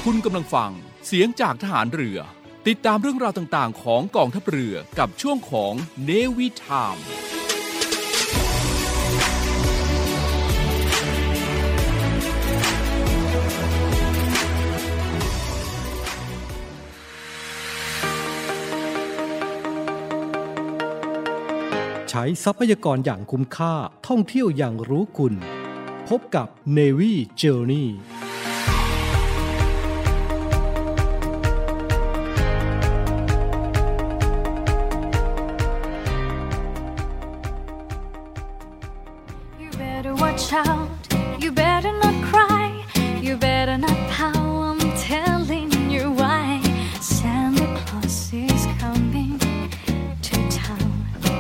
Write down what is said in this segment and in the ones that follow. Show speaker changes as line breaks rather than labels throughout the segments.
คุณกำลังฟังเสียงจากทหารเรือติดตามเรื่องราวต่างๆของกองทัพเรือกับช่วงของ Navy Time
ใช้ทรัพยากรอย่างคุ้มค่าท่องเที่ยวอย่างรู้คุณพบกับ Navy Journey
You better watch out You better not cry You better not pout I'm telling you why Santa Claus is coming to town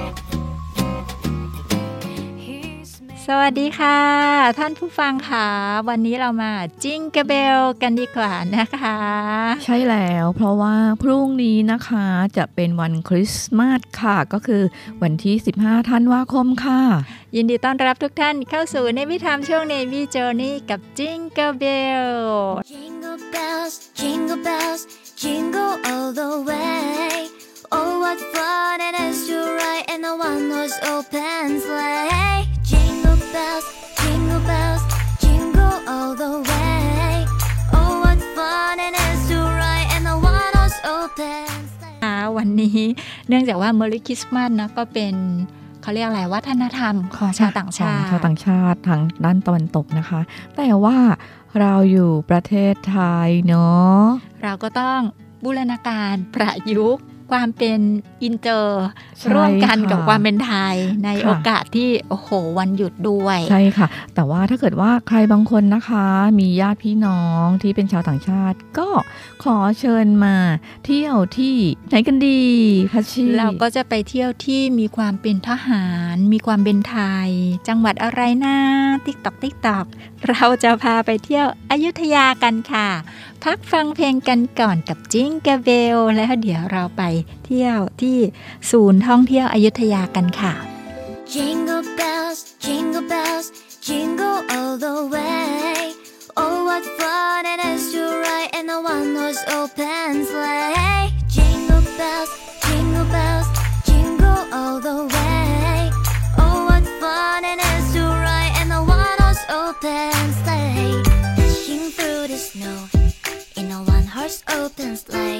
สวัสดีค่ะท่านผู้ฟังค่ะวันนี้เรามาจิงกะเบลกันดีกว่านะคะ
ใช่แล้วเพราะว่าพรุ่งนี้นะคะจะเป็นวันคริสต์มาสค่ะก็คือวันที่15ธันวาคมค่ะ
ยินดีต้อนรับทุกท่านเข้าสู่ Navy Time ช่วง Navy Journey กับจิงกะเบล
Jingle bells Jingle bells Jingle all the way Oh what fun it is to ride in a one-horse open sleigh Jingle bells Jingle bells Jingle all the way Oh what fun it is to ride in a one-horse open sleigh
วันนี้เนื่องจากว่า Merry Christmas นะก็เป็นเขาเรียกอะไรวัฒนธรรมของชาวต่างชาติ
ทางด้านตะวันตกนะคะแต่ว่าเราอยู่ประเทศไทยเนาะ
เราก็ต้องบูรณาการประยุกต์ความเป็นอินเตอร์ร่วมกันกับความเป็นไทยในโอกาสที่โอ้โหวันหยุดด้วย
ใช่ค่ะแต่ว่าถ้าเกิดว่าใครบางคนนะคะมีญาติพี่น้องที่เป็นชาวต่างชาติก็ขอเชิญมาเที่ยวที่ไหนกันดีพัชชี
เราก็จะไปเที่ยวที่มีความเป็นทหารมีความเป็นไทยจังหวัดอะไรนะติ๊กตอกเราจะพาไปเที่ยวอยุธยากันค่ะพักฟังเพลงกันก่อนกับจิงกะเบลแล้วเดี๋ยวเราไปเที่ยวที่ศูนย์ท่องเที่ยวอยุธยากันค่ะ
Jingle bells Jingle bells Jingle all the way Oh what fun it is to ride in a one-horse open sleigh Jingle bells Jingle bells Jingle all the way Oh what fun it is to ride in a one-horse open sleigh Dashing through the snow in a one-horse open sleigh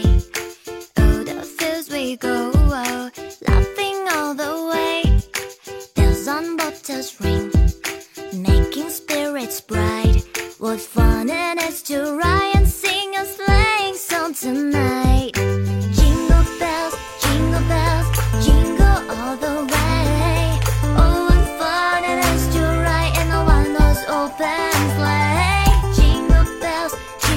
Oh the fields we go laughing all the way bells on bobtails ring making spirits bright what fun it is to ride and sing a sleighing song tonight jingle bells jingle all the way oh what fun it is to ride in a one-horse open sleigh jingle bells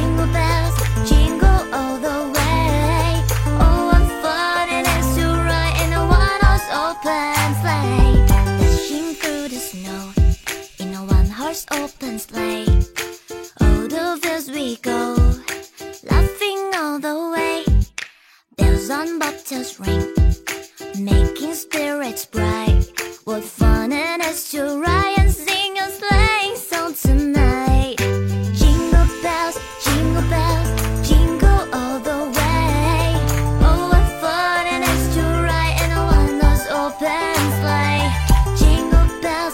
jingle all the way oh what fun it is to ride in a one-horse open sleigh dashing through the snow in a one-horse open sleigh oh the fields we go laughing all the way bells on bobtails ring making spirits bright what fun it is to ride and sing a sleighing song tonight jingle bells jingle all the way oh what fun it is to ride in a one-horse open sleigh jingle bells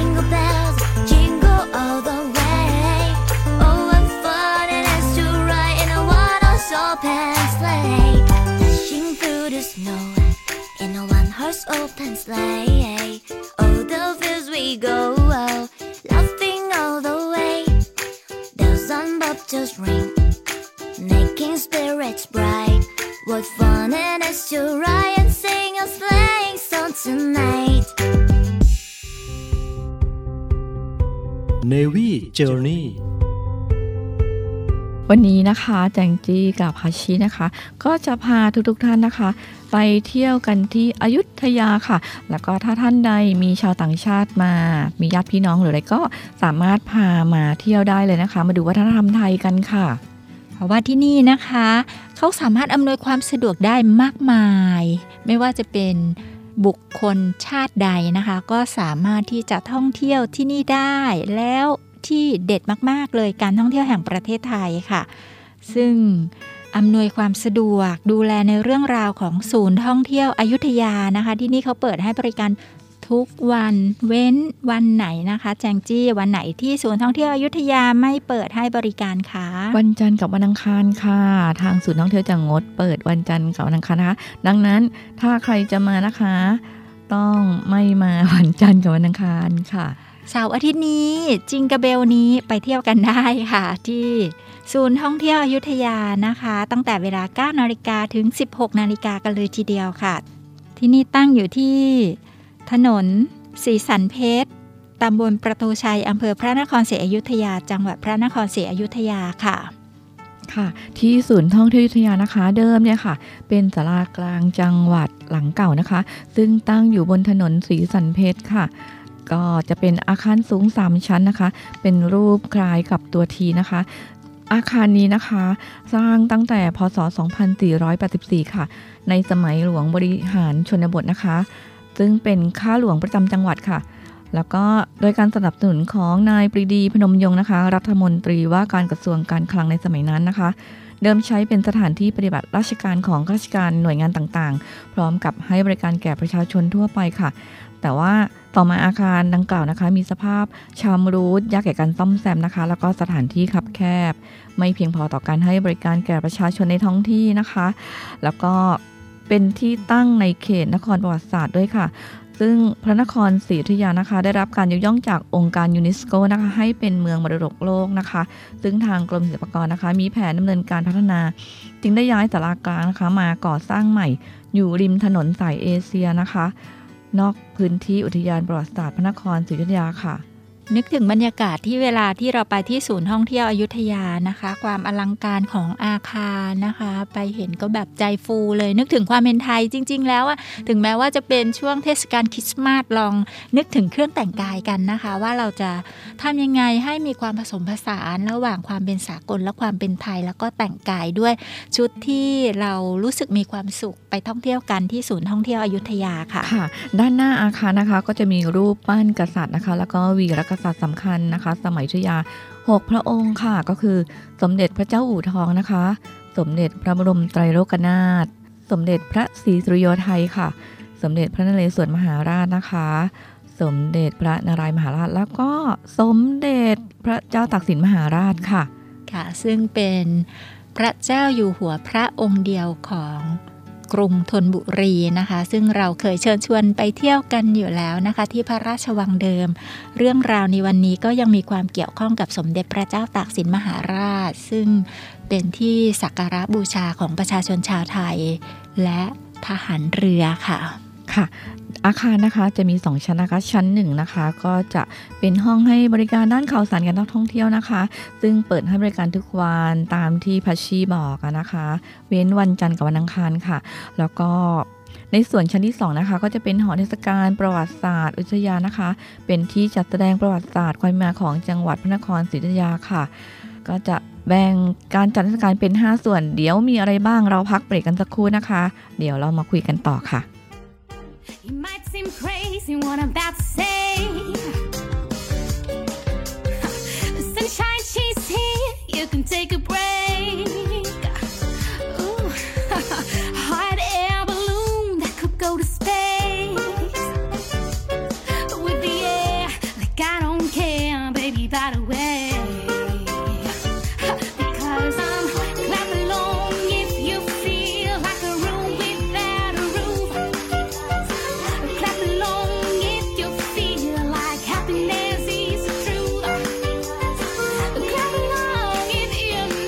jingle all the way oh what fun it is to ride in a one-horse open sleigh dashing through the snow in a one-horse open sleigh oh the fields we go laughing all the way bells on bobtails ring making spirits bright what fun it is to ride and sing a sleighing song tonight
Navy Journey
วันนี้นะคะแจงจี้กับฮัชชินะคะก็จะพาทุกท่านนะคะไปเที่ยวกันที่อยุธยาค่ะแล้วก็ถ้าท่านใดมีชาวต่างชาติมามีญาติพี่น้องหรืออะไรก็สามารถพามาเที่ยวได้เลยนะคะมาดูวัฒนธรรมไทยกันค่ะ
เพราะว่าที่นี่นะคะเขาสามารถอำนวยความสะดวกได้มากมายไม่ว่าจะเป็นบุคคลชาติใดนะคะก็สามารถที่จะท่องเที่ยวที่นี่ได้แล้วที่เด็ดมากๆเลยการท่องเที่ยวแห่งประเทศไทยค่ะซึ่งอำนวยความสะดวกดูแลในเรื่องราวของศูนย์ท่องเที่ยวอยุธยานะคะที่นี่เขาเปิดให้บริการทุกวันเว้นวันไหนนะคะแจงจี้วันไหนที่ศูนย์ท่องเที่ยวอยุธยาไม่เปิดให้บริการคะ
วันจันทร์กับวันอังคารค่ะทางศูนย์ท่องเที่ยวจะงดเปิดวันจันทร์กับวันอังคารนะคะดังนั้นถ้าใครจะมานะคะต้องไม่มาวันจันทร์กับวันอังคารค่ะ
เสาร์อาทิตย์นี้จิงกะเบลนี้ไปเที่ยวกันได้ค่ะที่ศูนย์ท่องเที่ยวอยุธยานะคะตั้งแต่เวลา 9 นาฬิกาถึง 16 นาฬิกากันเลยทีเดียวค่ะที่นี่ตั้งอยู่ที่ถนนศรีสันเพชรตำบลประตูชัยอำเภอพระนครศรีอยุธยาจังหวัดพระนครศรีอยุธยาค่ะ
ค่ะที่ศูนย์ท่องเที่ยวอยุธยานะคะเดิมเนี่ยค่ะเป็นศาลากลางจังหวัดหลังเก่านะคะซึ่งตั้งอยู่บนถนนศรีสันเพชรค่ะก็จะเป็นอาคารสูง3ชั้นนะคะเป็นรูปคล้ายกับตัวทีนะคะอาคารนี้นะคะสร้างตั้งแต่พ.ศ. 2484ค่ะในสมัยหลวงบริหารชนบทนะคะซึ่งเป็นข้าหลวงประจำจังหวัดค่ะแล้วก็โดยการสนับสนุนของนายปรีดีพนมยงค์นะคะรัฐมนตรีว่าการกระทรวงการคลังในสมัยนั้นนะคะเดิมใช้เป็นสถานที่ปฏิบัติราชการของข้าราชการหน่วยงานต่างๆพร้อมกับให้บริการแก่ประชาชนทั่วไปค่ะแต่ว่าต่อมาอาคารดังกล่าวนะคะมีสภาพชำรุดยากแก่การซ่อมแซมนะคะแล้วก็สถานที่คับแคบไม่เพียงพอต่อการให้บริการแก่ประชาชนในท้องที่นะคะแล้วก็เป็นที่ตั้งในเขตนครประวัติศาสตร์ด้วยค่ะซึ่งพระนครศรีอยุธยานะคะได้รับการยกย่องจากองค์การยูเนสโกนะคะให้เป็นเมืองมรดกโลกนะคะซึ่งทางกรมศิลปากรนะคะมีแผนดำเนินการพัฒนาจึงได้ย้ายศาลากลางนะคะมาก่อสร้างใหม่อยู่ริมถนนสายเอเชียนะคะนอกพื้นที่อุทยานประวัติศาสตร์พระนครศรีอยุธยาค่ะ
นึกถึงบรรยากาศที่เวลาที่เราไปที่ศูนย์ท่องเที่ยวอยุธยานะคะความอลังการของอาคารนะคะไปเห็นก็แบบใจฟูเลยนึกถึงความเป็นไทยจริงๆแล้วถึงแม้ว่าจะเป็นช่วงเทศกาลคริสต์มาสลองนึกถึงเครื่องแต่งกายกันนะคะว่าเราจะทำยังไงให้มีความผสมผสานระหว่างความเป็นสากลและความเป็นไทยแล้วก็แต่งกายด้วยชุดที่เรารู้สึกมีความสุขไปท่องเที่ยวกันที่ศูนย์ท่องเที่ยวอยุธยาค่ะ
ด้านหน้าอาคารนะคะก็จะมีรูปปั้นกษัตริย์นะคะแล้วก็วีรกษัตริย์สำคัญนะคะสมัยอยุธยา6พระองค์ค่ะก็คือสมเด็จพระเจ้าอู่ทองนะคะสมเด็จพระบรมไตรโลกนาถสมเด็จพระศรีสุริโยไทยค่ะสมเด็จพระนเรศวรมหาราชนะคะสมเด็จพระนารายมหาราชแล้วก็สมเด็จพระเจ้าตากสินมหาราชค่ะ
ซึ่งเป็นพระเจ้าอยู่หัวพระองค์เดียวของกรุงธนบุรีนะคะซึ่งเราเคยเชิญชวนไปเที่ยวกันอยู่แล้วนะคะที่พระราชวังเดิมเรื่องราวในวันนี้ก็ยังมีความเกี่ยวข้องกับสมเด็จพระเจ้าตากสินมหาราชซึ่งเป็นที่สักการะบูชาของประชาชนชาวไทยและทหารเรือค่ะ
อาคารนะคะจะมี2ชั้นนะคะชั้น1นะคะก็จะเป็นห้องให้บริการด้านข่าวสารการท่องเที่ยวนะคะซึ่งเปิดให้บริการทุกวันตามที่พัชชีบอกนะคะเว้นวันจันทร์กับวันอังคารค่ะแล้วก็ในส่วนชั้นที่2นะคะก็จะเป็นหอเทศกาลประวัติศาสตร์อยุธยานะคะเป็นที่จัดแสดงประวัติศาสตร์ความมาของจังหวัดพระนครศรีอยุธยาค่ะก็จะแบ่งการจัดเทศกาลเป็น5ส่วนเดี๋ยวมีอะไรบ้างเราพักเบรกกันสักครู่นะคะเดี๋ยวเรามาคุยกันต่อค่ะ
You might seem crazy what I'm about to say. The sunshine, she's here. You can take a break. Ooh, hot air balloon that could go to space. With the air, like I don't care, baby, by the way. Because I'm clapping along if you feel like a room without a roof.Clap along if you feel like happiness is true. Clap along if you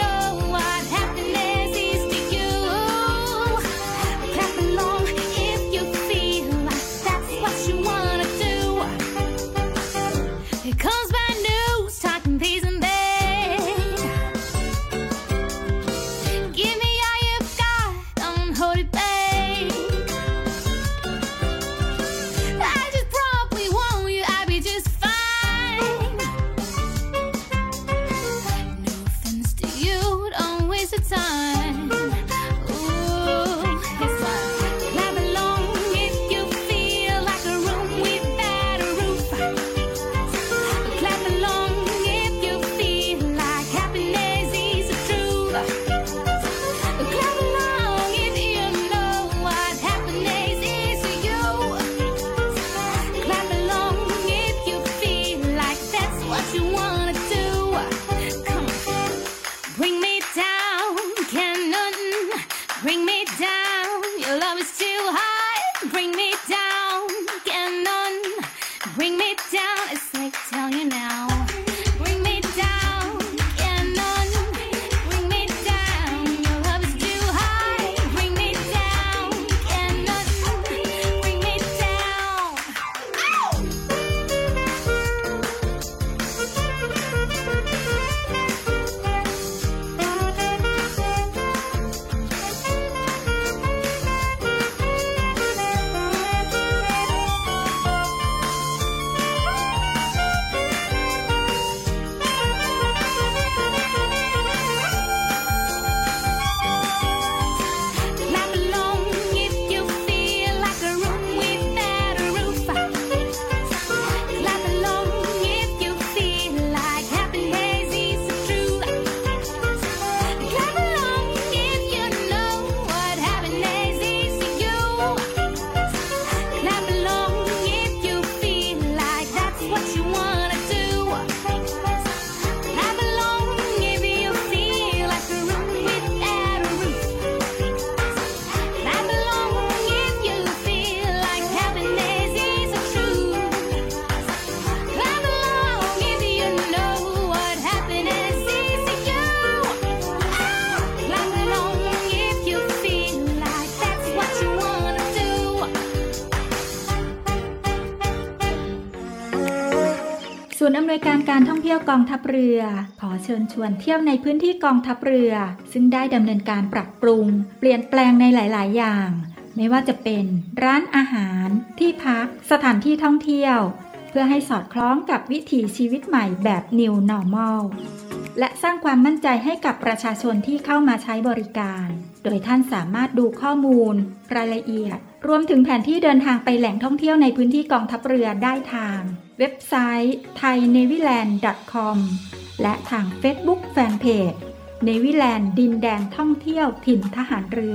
นวยการการท่องเที่ยวกองทัพเรือขอเชิญชวนเที่ยวในพื้นที่กองทัพเรือซึ่งได้ดำเนินการปรับปรุงเปลี่ยนแปลงในหลายๆอย่างไม่ว่าจะเป็นร้านอาหารที่พักสถานที่ท่องเที่ยวเพื่อให้สอดคล้องกับวิถีชีวิตใหม่แบบ New Normal และสร้างความมั่นใจให้กับประชาชนที่เข้ามาใช้บริการโดยท่านสามารถดูข้อมูลรายละเอียดรวมถึงแผนที่เดินทางไปแหล่งท่องเที่ยวในพื้นที่กองทัพเรือได้ทางเว็บไซต์ thainewiland.com และทาง Facebook Fanpage Newiland ดินแดนท่องเที่ยวถิ่นทหารเรือ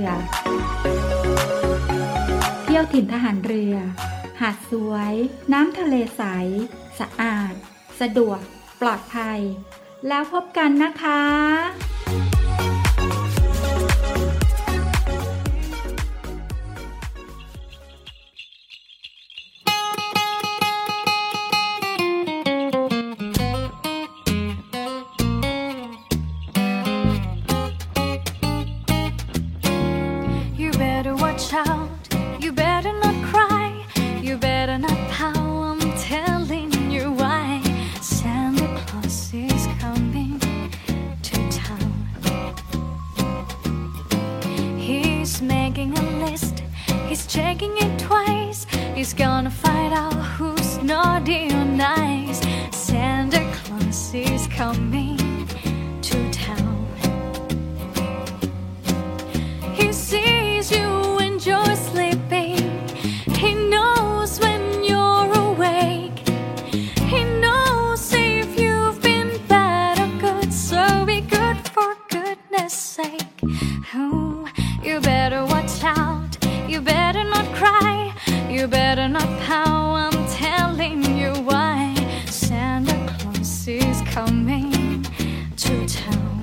เที่ยวถิ่นทหารเรือหาดสวยน้ำทะเลใสสะอาดสะดวกปลอดภัยแล้วพบกันนะคะ
He's gonna find out who's naughty or nice. Santa Claus is coming to town. He sees you when you're sleeping. He knows when you're awake. He knows if you've been bad or good. So be good for goodness sake. Oh, you better watch out. You better not cry.You better not pout, I'm telling you why. Santa Claus is coming to town.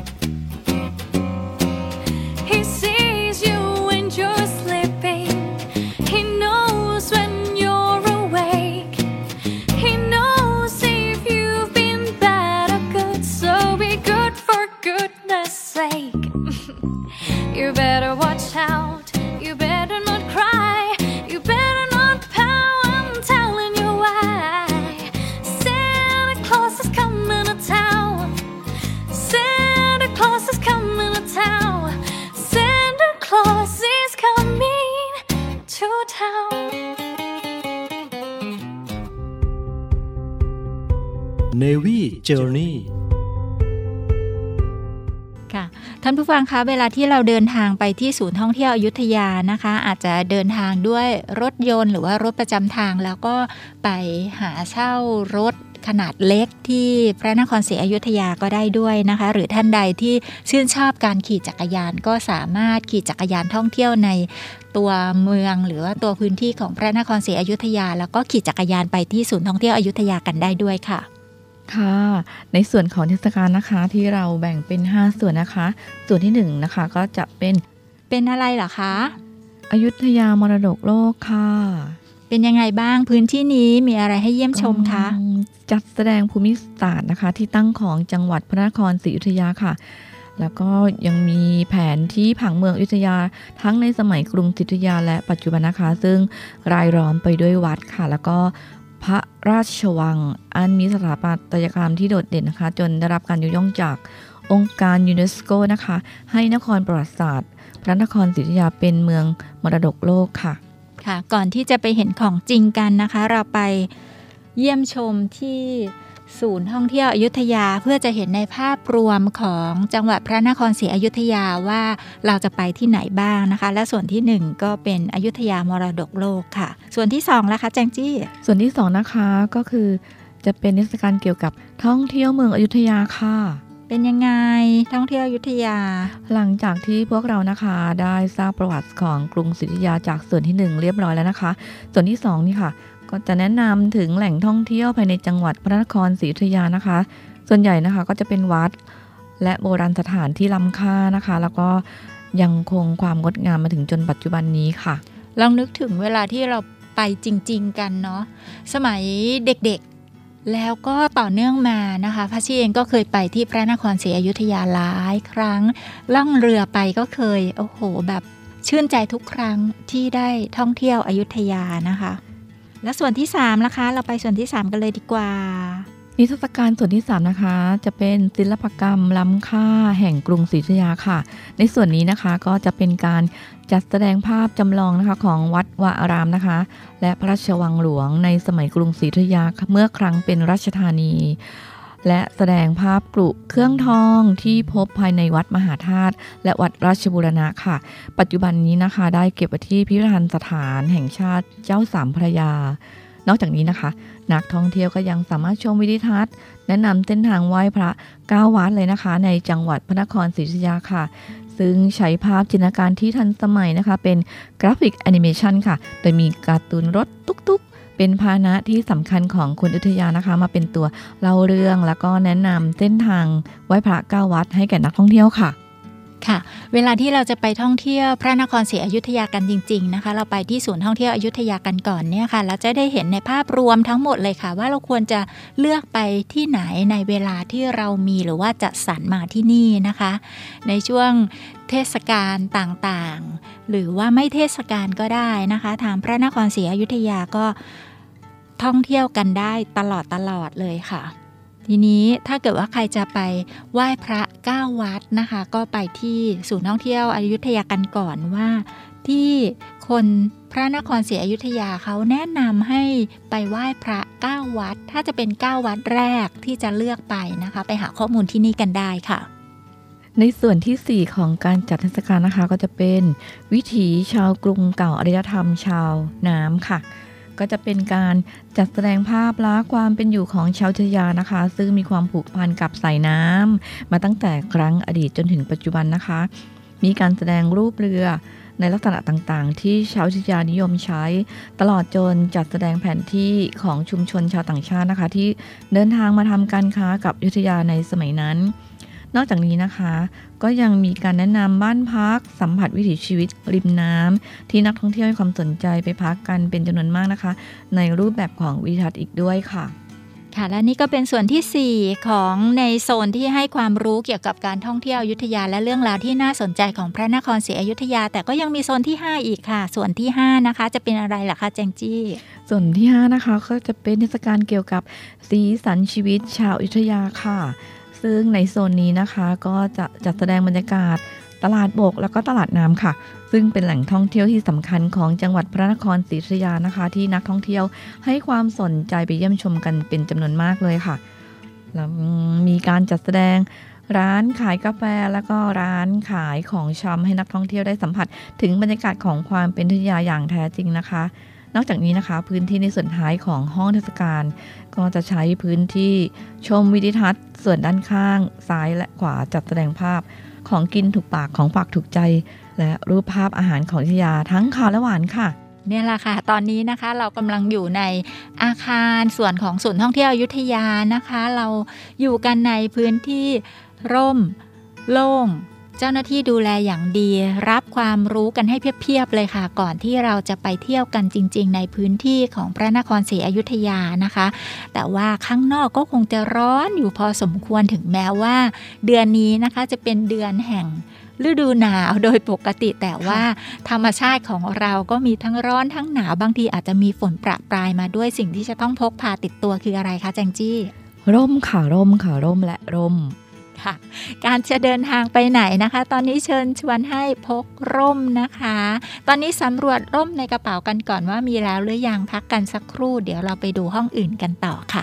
He sees you when you're sleeping. He knows when you're awake. He knows if you've been bad or good. So be good for goodness sake. You better watch out. You better not cry.You better not pout, I'm telling you why. Santa Claus is coming to town. Santa Claus is coming to town. Santa Claus is coming to town.
Navy Journey
ท่านผู้ฟังคะเวลาที่เราเดินทางไปที่ศูนย์ท่องเที่ยวอยุธยานะคะอาจจะเดินทางด้วยรถยนต์หรือว่ารถประจำทางแล้วก็ไปหาเช่ารถขนาดเล็กที่พระนครศรีอยุธยาก็ได้ด้วยนะคะหรือท่านใดที่ชื่นชอบการขี่จักรยานก็สามารถขี่จักรยานท่องเที่ยวในตัวเมืองหรือว่าตัวพื้นที่ของพระนครศรีอยุธยาแล้วก็ขี่จักรยานไปที่ศูนย์ท่องเที่ยวอยุธยากันได้ด้วยค่ะ
ค่ะในส่วนของเทศกาลนะคะที่เราแบ่งเป็น5ส่วนนะคะส่วนที่1นะคะก็จะเป็น
อะไรเหรอคะ
อยุธยามรดกโลกค่ะ
เป็นยังไงบ้างพื้นที่นี้มีอะไรให้เยี่ยมชมคะ
จัดแสดงภูมิศาสตร์นะคะที่ตั้งของจังหวัดพระนครศรีอยุธยาค่ะแล้วก็ยังมีแผนที่ผังเมืองอยุธยาทั้งในสมัยกรุงศรีอยุธยาและปัจจุบันนะคะซึ่งรายล้อมไปด้วยวัดค่ะแล้วก็พระราชวังอันมีสถาปัตยกรรมที่โดดเด่นนะคะจนได้รับการยกย่องจากองค์การยูเนสโกนะคะให้นครประวัติศาสตร์พระนครศรีอยุธยาเป็นเมืองมรดกโลกค่ะ
ค่ะก่อนที่จะไปเห็นของจริงกันนะคะเราไปเยี่ยมชมที่ศูนย์ท่องเที่ยวอยุธยาเพื่อจะเห็นในภาพรวมของจังหวัดพระนครศรีอยุธยาว่าเราจะไปที่ไหนบ้างนะคะและส่วนที่1ก็เป็นอยุธยามรดกโลกค่ะส่วนที่2ล่ะคะแจงจี้
ส่วนที่2นะคะก็คือจะเป็นเทศกาลเกี่ยวกับท่องเที่ยวเมืองอยุธยาค่ะ
เป็นยังไงท่องเที่ยวอยุธยา
หลังจากที่พวกเรานะคะได้ทราบประวัติของกรุงศรีอยุธยาจากส่วนที่1เรียบร้อยแล้วนะคะส่วนที่2นี่ค่ะก็จะแนะนำถึงแหล่งท่องเที่ยวภายในจังหวัดพระนครศรีอยุธยานะคะส่วนใหญ่นะคะก็จะเป็นวัดและโบราณสถานที่ล้ำค่านะคะแล้วก็ยังคงความงดงามมาถึงจนปัจจุบันนี้ค่ะ
ลองนึกถึงเวลาที่เราไปจริงๆกันเนาะสมัยเด็กๆแล้วก็ต่อเนื่องมานะคะพระชีเองก็เคยไปที่พระนครศรีอยุธยาหลายครั้งล่องเรือไปก็เคยโอ้โหแบบชื่นใจทุกครั้งที่ได้ท่องเที่ยวอยุธยานะคะและส่วนที่3ล่ะคะเราไปส่วนที่3กันเลยดีกว่า
นิทรรศการส่วนที่3นะคะจะเป็นศิลปกรรมล้ำค่าแห่งกรุงศรีอยุธยาค่ะในส่วนนี้นะคะก็จะเป็นการจัดแสดงภาพจำลองนะคะของวัดวาอารามนะคะและพระราชวังหลวงในสมัยกรุงศรีอยุธยาเมื่อครั้งเป็นราชธานีและแสดงภาพกรุเครื่องทองที่พบภายในวัดมหาธาตุและวัดราชบูรณะค่ะปัจจุบันนี้นะคะได้เก็บไว้ที่พิพิธภัณฑ์สถานแห่งชาติเจ้าสามพระยานอกจากนี้นะคะนักท่องเที่ยวก็ยังสามารถชมวิวทิวทัศน์แนะนำเส้นทางไหว้พระ9วัดเลยนะคะในจังหวัดพระนครศรีอยุธยาค่ะซึ่งใช้ภาพจินตนาการที่ทันสมัยนะคะเป็นกราฟิกแอนิเมชันค่ะโดยมีการ์ตูนรถตุ๊กๆเป็นพาหนะที่สำคัญของคนอยุธยานะคะมาเป็นตัวเล่าเรื่องแล้วก็แนะนำเส้นทางไหว้พระ9วัดให้แก่นักท่องเที่ยวค่ะ
ค่ะเวลาที่เราจะไปท่องเที่ยวพระนครศรีอยุธยากันจริงๆนะคะเราไปที่ศูนย์ท่องเที่ยวอยุธยากันก่อนเนี่ยค่ะเราจะได้เห็นในภาพรวมทั้งหมดเลยค่ะว่าเราควรจะเลือกไปที่ไหนในเวลาที่เรามีหรือว่าจัดสรรมาที่นี่นะคะในช่วงเทศกาลต่างๆหรือว่าไม่เทศกาลก็ได้นะคะทางพระนครศรีอยุธยาก็ท่องเที่ยวกันได้ตลอดเลยค่ะทีนี้ถ้าเกิดว่าใครจะไปไหว้พระ9วัดนะคะก็ไปที่ศูนย์ท่องเที่ยวอยุธยากันก่อนว่าที่คนพระนครศรีอยุธยาเขาแนะนำให้ไปไหว้พระ9วัดถ้าจะเป็น9วัดแรกที่จะเลือกไปนะคะไปหาข้อมูลที่นี่กันได้ค่ะ
ในส่วนที่4ของการจัดเทศกาลนะคะก็จะเป็นวิถีชาวกรุงเก่าอารยธรรมชาวน้ำค่ะก็จะเป็นการจัดแสดงภาพล้าความเป็นอยู่ของชาวอยุธยานะคะซึ่งมีความผูกพันกับสายน้ำมาตั้งแต่ครั้งอดีตจนถึงปัจจุบันนะคะมีการแสดงรูปเรือในลักษณะต่างๆที่ชาวอยุธยานิยมใช้ตลอดจนจัดแสดงแผนที่ของชุมชนชาวต่างชาตินะคะที่เดินทางมาทำการค้ากับอยุธยาในสมัยนั้นนอกจากนี้นะคะก็ยังมีการแนะนำบ้านพักสัมผัสวิถีชีวิตริมน้ำที่นักท่องเที่ยวให้ความสนใจไปพักกันเป็นจำนวนมากนะคะในรูปแบบของวิวทิวทัศน์อีกด้วยค่ะ
ค่ะและนี่ก็เป็นส่วนที่4ของในโซนที่ให้ความรู้เกี่ยวกับการท่องเที่ยวอยุธยาและเรื่องราวที่น่าสนใจของพระนครศรีอยุธยาแต่ก็ยังมีโซนที่5อีกค่ะส่วนที่5นะคะจะเป็นอะไรล่ะคะแจงจี้
ส่วนที่5นะคะก็จะเป็นเทศกาลเกี่ยวกับสีสันชีวิตชาวอยุธยาค่ะซึ่งในโซนนี้นะคะก็จะจัดแสดงบรรยากาศตลาดบกแล้วก็ตลาดน้ำค่ะซึ่งเป็นแหล่งท่องเที่ยวที่สำคัญของจังหวัดพระนครศรีอยุธยานะคะที่นักท่องเที่ยวให้ความสนใจไปเยี่ยมชมกันเป็นจำนวนมากเลยค่ะแล้วมีการจัดแสดงร้านขายกาแฟแล้วก็ร้านขายของชำให้นักท่องเที่ยวได้สัมผัสถึงบรรยากาศของความเป็นอยุธยาอย่างแท้จริงนะคะนอกจากนี้นะคะพื้นที่ในส่วนท้ายของห้องเทศกาลก็จะใช้พื้นที่ชมวิวทิวทัศน์ส่วนด้านข้างซ้ายและขวาจัดแสดงภาพของกินถูกปากของฝากถูกใจและรูปภาพอาหารของอยุธยาทั้งคาวและหวานค่ะ
เนี่ยแหละค่ะตอนนี้นะคะเรากำลังอยู่ในอาคารส่วนของศูนย์ท่องเที่ยวอยุธยานะคะเราอยู่กันในพื้นที่ร่มโล่งเจ้าหน้าที่ดูแลอย่างดีรับความรู้กันให้เพียบๆเลยค่ะก่อนที่เราจะไปเที่ยวกันจริงๆในพื้นที่ของพระนครศรีอยุธยานะคะแต่ว่าข้างนอกก็คงจะร้อนอยู่พอสมควรถึงแม้ว่าเดือนนี้นะคะจะเป็นเดือนแห่งฤดูหนาวโดยปกติแต่ว่าธรรมชาติของเราก็มีทั้งร้อนทั้งหนาวบางทีอาจจะมีฝนประปรายมาด้วยสิ่งที่จะต้องพกพาติดตัวคืออะไรคะแจงจี้
ร่มค่ะร่มค่ะร่มและร่ม
ค่ะการจะเดินทางไปไหนนะคะตอนนี้เชิญชวนให้พกร่มนะคะตอนนี้สำรวจร่มในกระเป๋ากันก่อนว่ามีแล้วหรือยังพักกันสักครู่เดี๋ยวเราไปดูห้องอื่นกันต่อค่ะ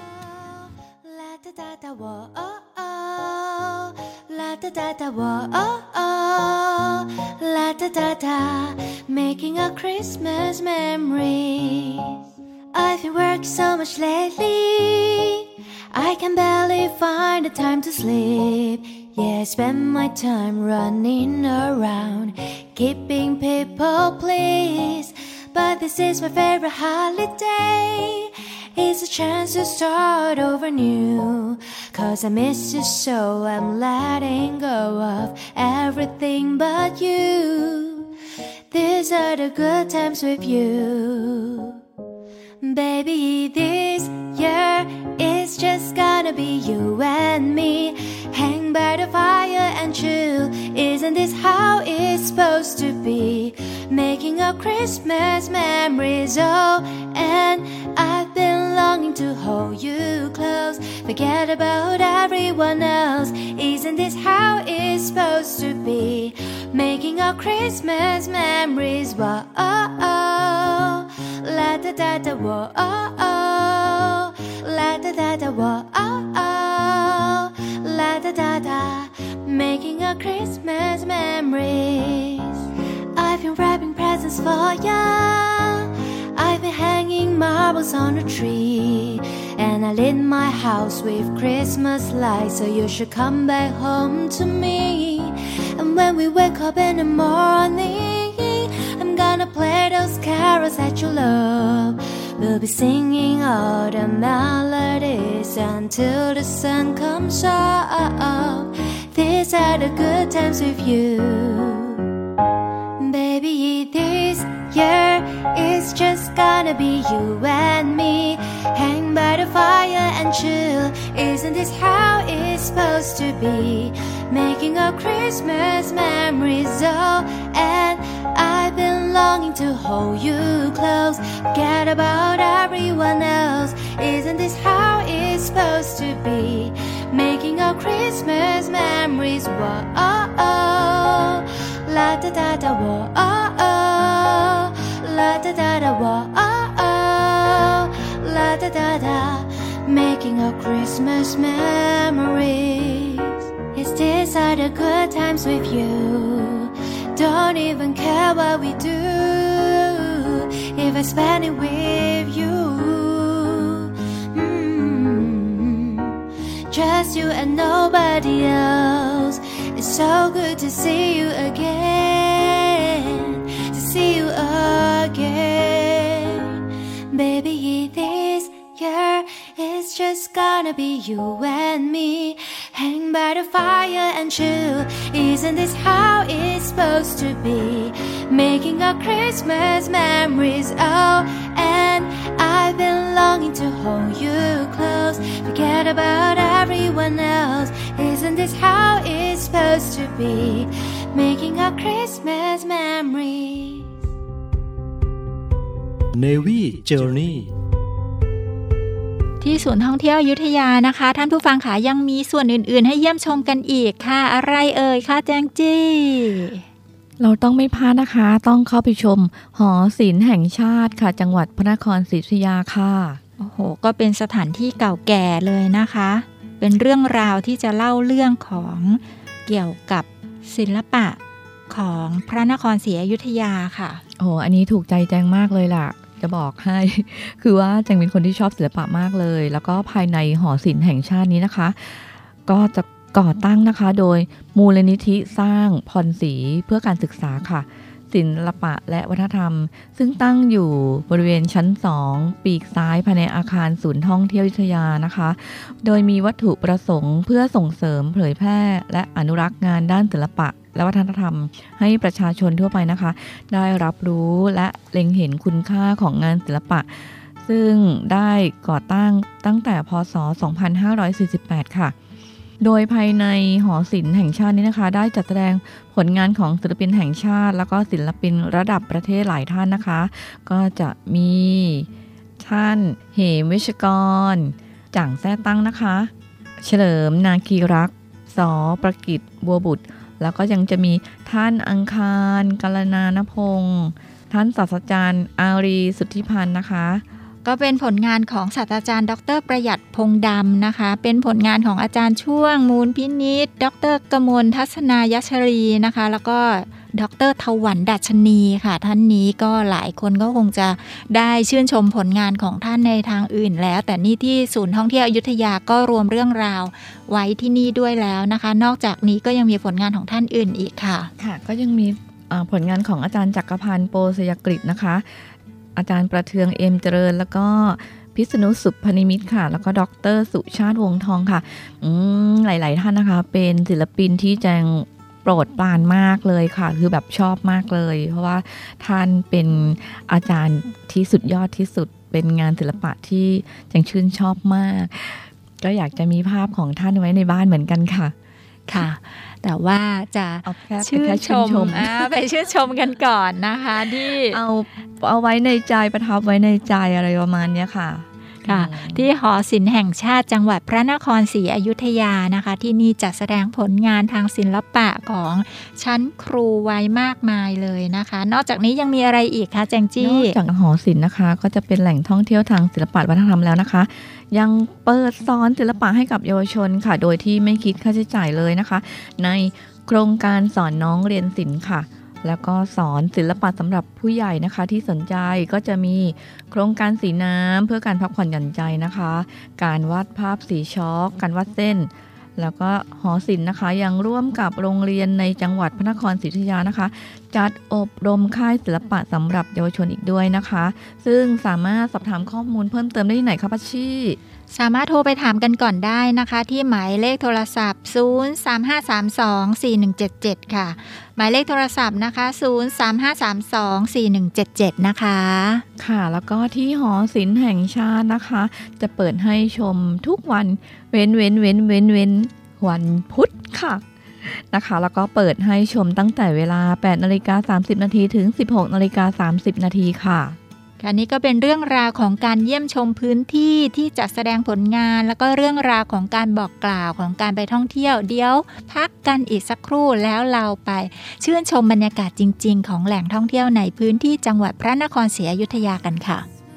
Making a Christmas memory I've been working so much lately I can barely find the time to sleep Yeah, I spend my time running around Keeping people pleased But this is my favorite holiday It's a chance to start over new Cause I miss you so I'm letting go of everything but you These are the good times with you Baby, this year it's just gonna be you and me Hang by the fire and chill Isn't this how it's supposed to be? Making up Christmas memories, oh And I've been been longing to hold you close. Forget about everyone else. Isn't this how it's supposed to be? Making our Christmas memories. Whoa, oh, oh. La da da da, whoa, oh, oh. La da da da, whoa, oh, oh. La da da da. Making our Christmas memories. I've been wrapping presents for ya. I've been hanging marbles on a tree. And I lit my house with Christmas lights. So you should come back home to me. And when we wake up in the morning, I'm gonna play those carols that you love. We'll be singing all the melodies until the sun comes up. These are the good times with you. Baby, this year it's just gonna be you and me. Hang by the fire and chill. Isn't this how it's supposed to be? Making our Christmas memories. Oh, and I've been longing to hold you close. Forget about everyone else. Isn't this how it's supposed to be? Making our Christmas memories. Whoa, oh, oh. La da da da, whoa, oh, oh. La da da da, whoa, oh, oh. La da da da. Making our Christmas memories. Yes, these are the good times with you. Don't even care what we do if I spend it with you. Just you and nobody else. It's so good to see you again. To see you again. Baby, this year it's just gonna be you and me. Hang by the fire and chill. Isn't this how it's supposed to be? Making our Christmas memories. Oh, and I've been longing to hold you close. Forget about everyone else. Isn't this how it's supposed to be? Making our Christmas memories.
Navy Journey
ที่ศูนย์ท่องเที่ยวอยุธยานะคะท่านผู้ฟังค่ะยังมีส่วนอื่นๆให้เยี่ยมชมกันอีกค่ะอะไรเอ่ยคะแจงจี้
เราต้องไม่พลาดนะคะต้องเข้าไปชมหอศิลป์แห่งชาติค่ะจังหวัดพระนครศรีอยุธยาค่ะ
โอ้โหก็เป็นสถานที่เก่าแก่เลยนะคะเป็นเรื่องราวที่จะเล่าเรื่องของเกี่ยวกับศิลปะของพระนครศรีอยุธยาค่ะ
โอ้อันนี้ถูกใจแจงมากเลยล่ะจะบอกให้คือว่าแจงเป็นคนที่ชอบศิลปะมากเลยแล้วก็ภายในหอศิลป์แห่งชาตินี้นะคะก็จะก่อตั้งนะคะโดยมูลนิธิสร้างพรศรีเพื่อการศึกษาค่ะศิลปะและวัฒนธรรมซึ่งตั้งอยู่บริเวณชั้น2ปีกซ้ายภายในอาคารศูนย์ท่องเที่ยวอยุธยานะคะโดยมีวัตถุประสงค์เพื่อส่งเสริมเผยแพร่และอนุรักษ์งานด้านศิลปะและวัฒนธรรมให้ประชาชนทั่วไปนะคะได้รับรู้และเล็งเห็นคุณค่าของงานศิลปะซึ่งได้ก่อตั้งแต่พ.ศ. 2548 ค่ะโดยภายในหอศิลป์แห่งชาตินี้นะคะได้จัดแสดงผลงานของศิลปินแห่งชาติแล้วก็ศิลปินระดับประเทศหลายท่านนะคะก็จะมีท่านเหมวิชกรจ่างแท้ตั้งนะคะเฉลิมนาคีรักษ์ส.ประกิตบัวบุตรแล้วก็ยังจะมีท่านอังคารกัลนานพงศ์ท่านศาสตราจารย์อารีสุทธิพันธ์นะคะ
ก็เป็นผลงานของศาสตราจารย์ดร.ประหยัดพงษ์ดำนะคะเป็นผลงานของอาจารย์ช่วงมูลพินิจดร.กมลทัศนายชรีนะคะแล้วก็ดร.ถวันดัชนีค่ะท่านนี้ก็หลายคนก็คงจะได้ชื่นชมผลงานของท่านในทางอื่นแล้วแต่นี่ที่ศูนย์ท่องเที่ยวอยุธยาก็รวมเรื่องราวไว้ที่นี่ด้วยแล้วนะคะนอกจากนี้ก็ยังมีผลงานของท่านอื่นอีกค่ะ
ค่ะก็ยังมีผลงานของอาจารย์จักรพันธ์โปสยกฤษนะคะอาจารย์ประเทืองเอมเจริญแล้วก็พิษณุสุพนิมิตรค่ะแล้วก็ดร.สุชาติวงศ์ทองค่ะหลายๆท่านนะคะเป็นศิลปินที่แจงโปรดปรานมากเลยค่ะคือแบบชอบมากเลยเพราะว่าท่านเป็นอาจารย์ที่สุดยอดที่สุดเป็นงานศิลปะที่แจงชื่นชอบมากก็อยากจะมีภาพของท่านไว้ในบ้านเหมือนกันค่ะ
ค่ะแต่ว่าจะชื่นชมไปชื่นชมกันก่อนนะคะที่
เอาไว้ในใจประทับไว้ในใจอะไรประมาณนี้ค่ะ
ค่ะที่หอศิลป์แห่งชาติจังหวัดพระนครศรีอยุธยานะคะที่นี่จัดแสดงผลงานทางศิลปะของชั้นครูไว้มากมายเลยนะคะนอกจากนี้ยังมีอะไรอีกคะแจงจี้
นอกจากหอศิลป์นะคะก็จะเป็นแหล่งท่องเที่ยวทางศิลปะวัฒนธรรมแล้วนะคะยังเปิดสอนศิลปะให้กับเยาวชนค่ะโดยที่ไม่คิดค่าใช้จ่ายเลยนะคะในโครงการสอนน้องเรียนศิลป์ค่ะแล้วก็สอนศิลปะสำหรับผู้ใหญ่นะคะที่สนใจก็จะมีโครงการสีน้ำเพื่อการพักผ่อนหย่อนใจนะคะการวาดภาพสีช็อกการวาดเส้นแล้วก็หอศิลป์นะคะยังร่วมกับโรงเรียนในจังหวัดพระนครศรีอยุธยานะคะจัดอบรมค่ายศิลปะสำหรับเยาวชนอีกด้วยนะคะซึ่งสามารถสอบถามข้อมูลเพิ่มเติมได้ที่ไหนคะพัชชี
สามารถโทรไปถามกันก่อนได้นะคะที่หมายเลขโทรศัพท์035324177ค่ะหมายเลขโทรศัพท์นะคะ035324177นะคะ
ค่ะแล้วก็ที่หอศิลป์แห่งชาตินะคะจะเปิดให้ชมทุกวันเว้นวันพุธค่ะนะคะแล้วก็เปิดให้ชมตั้งแต่เวลา 8:30 นถึง 16:30 นค่ะ
อันนี้ก็เป็นเรื่องราวของการเยี่ยมชมพื้นที่ที่จัดแสดงผลงานแล้วก็เรื่องราวของการบอกกล่าวของการไปท่องเที่ยวเดี๋ยวพักกันอีกสักครู่แล้วเราไปชื่นชมบรรยากาศจริงๆของแหล่งท่องเที่ยวในพื้นที่จังหวัดพระนครศรีอยุธยากันค่ะ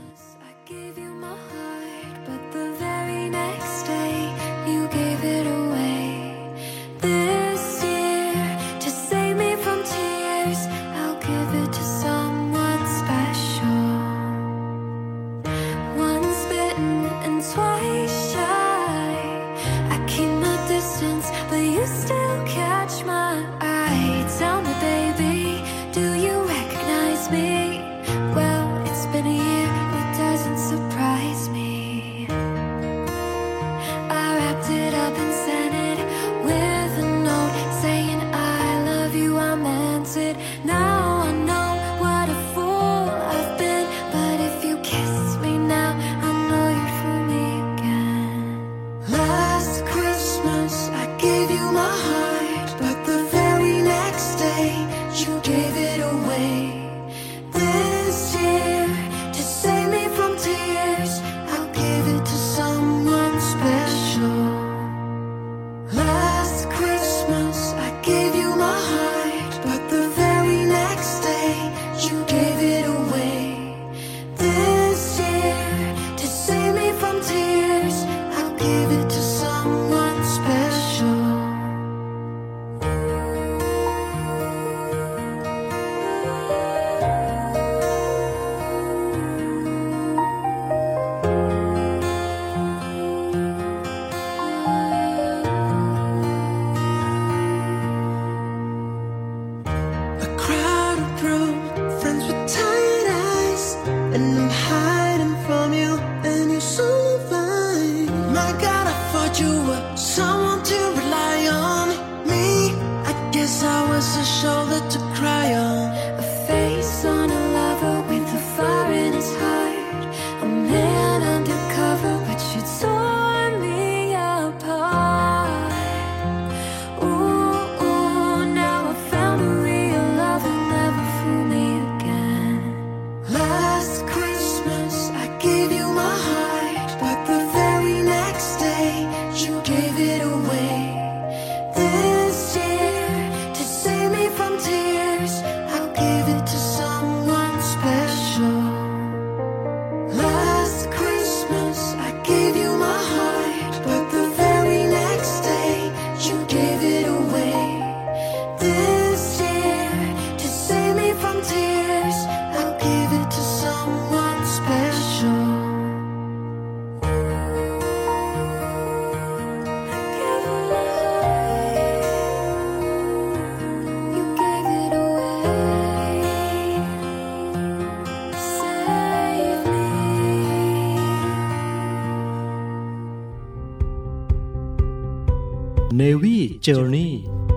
Navy Journey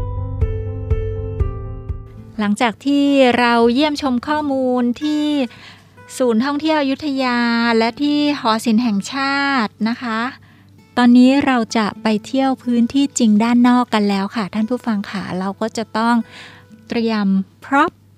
หลังจากที่เราเยี่ยมชมข้อมูลที่ศูนย์ท่องเที่ยวอยุธยาและที่หอศิลป์แห่งชาตินะคะตอนนี้เราจะไปเที่ยวพื้นที่จริงด้านนอกกันแล้วค่ะท่านผู้ฟังค่ะเราก็จะต้องเตรียมพร็อพ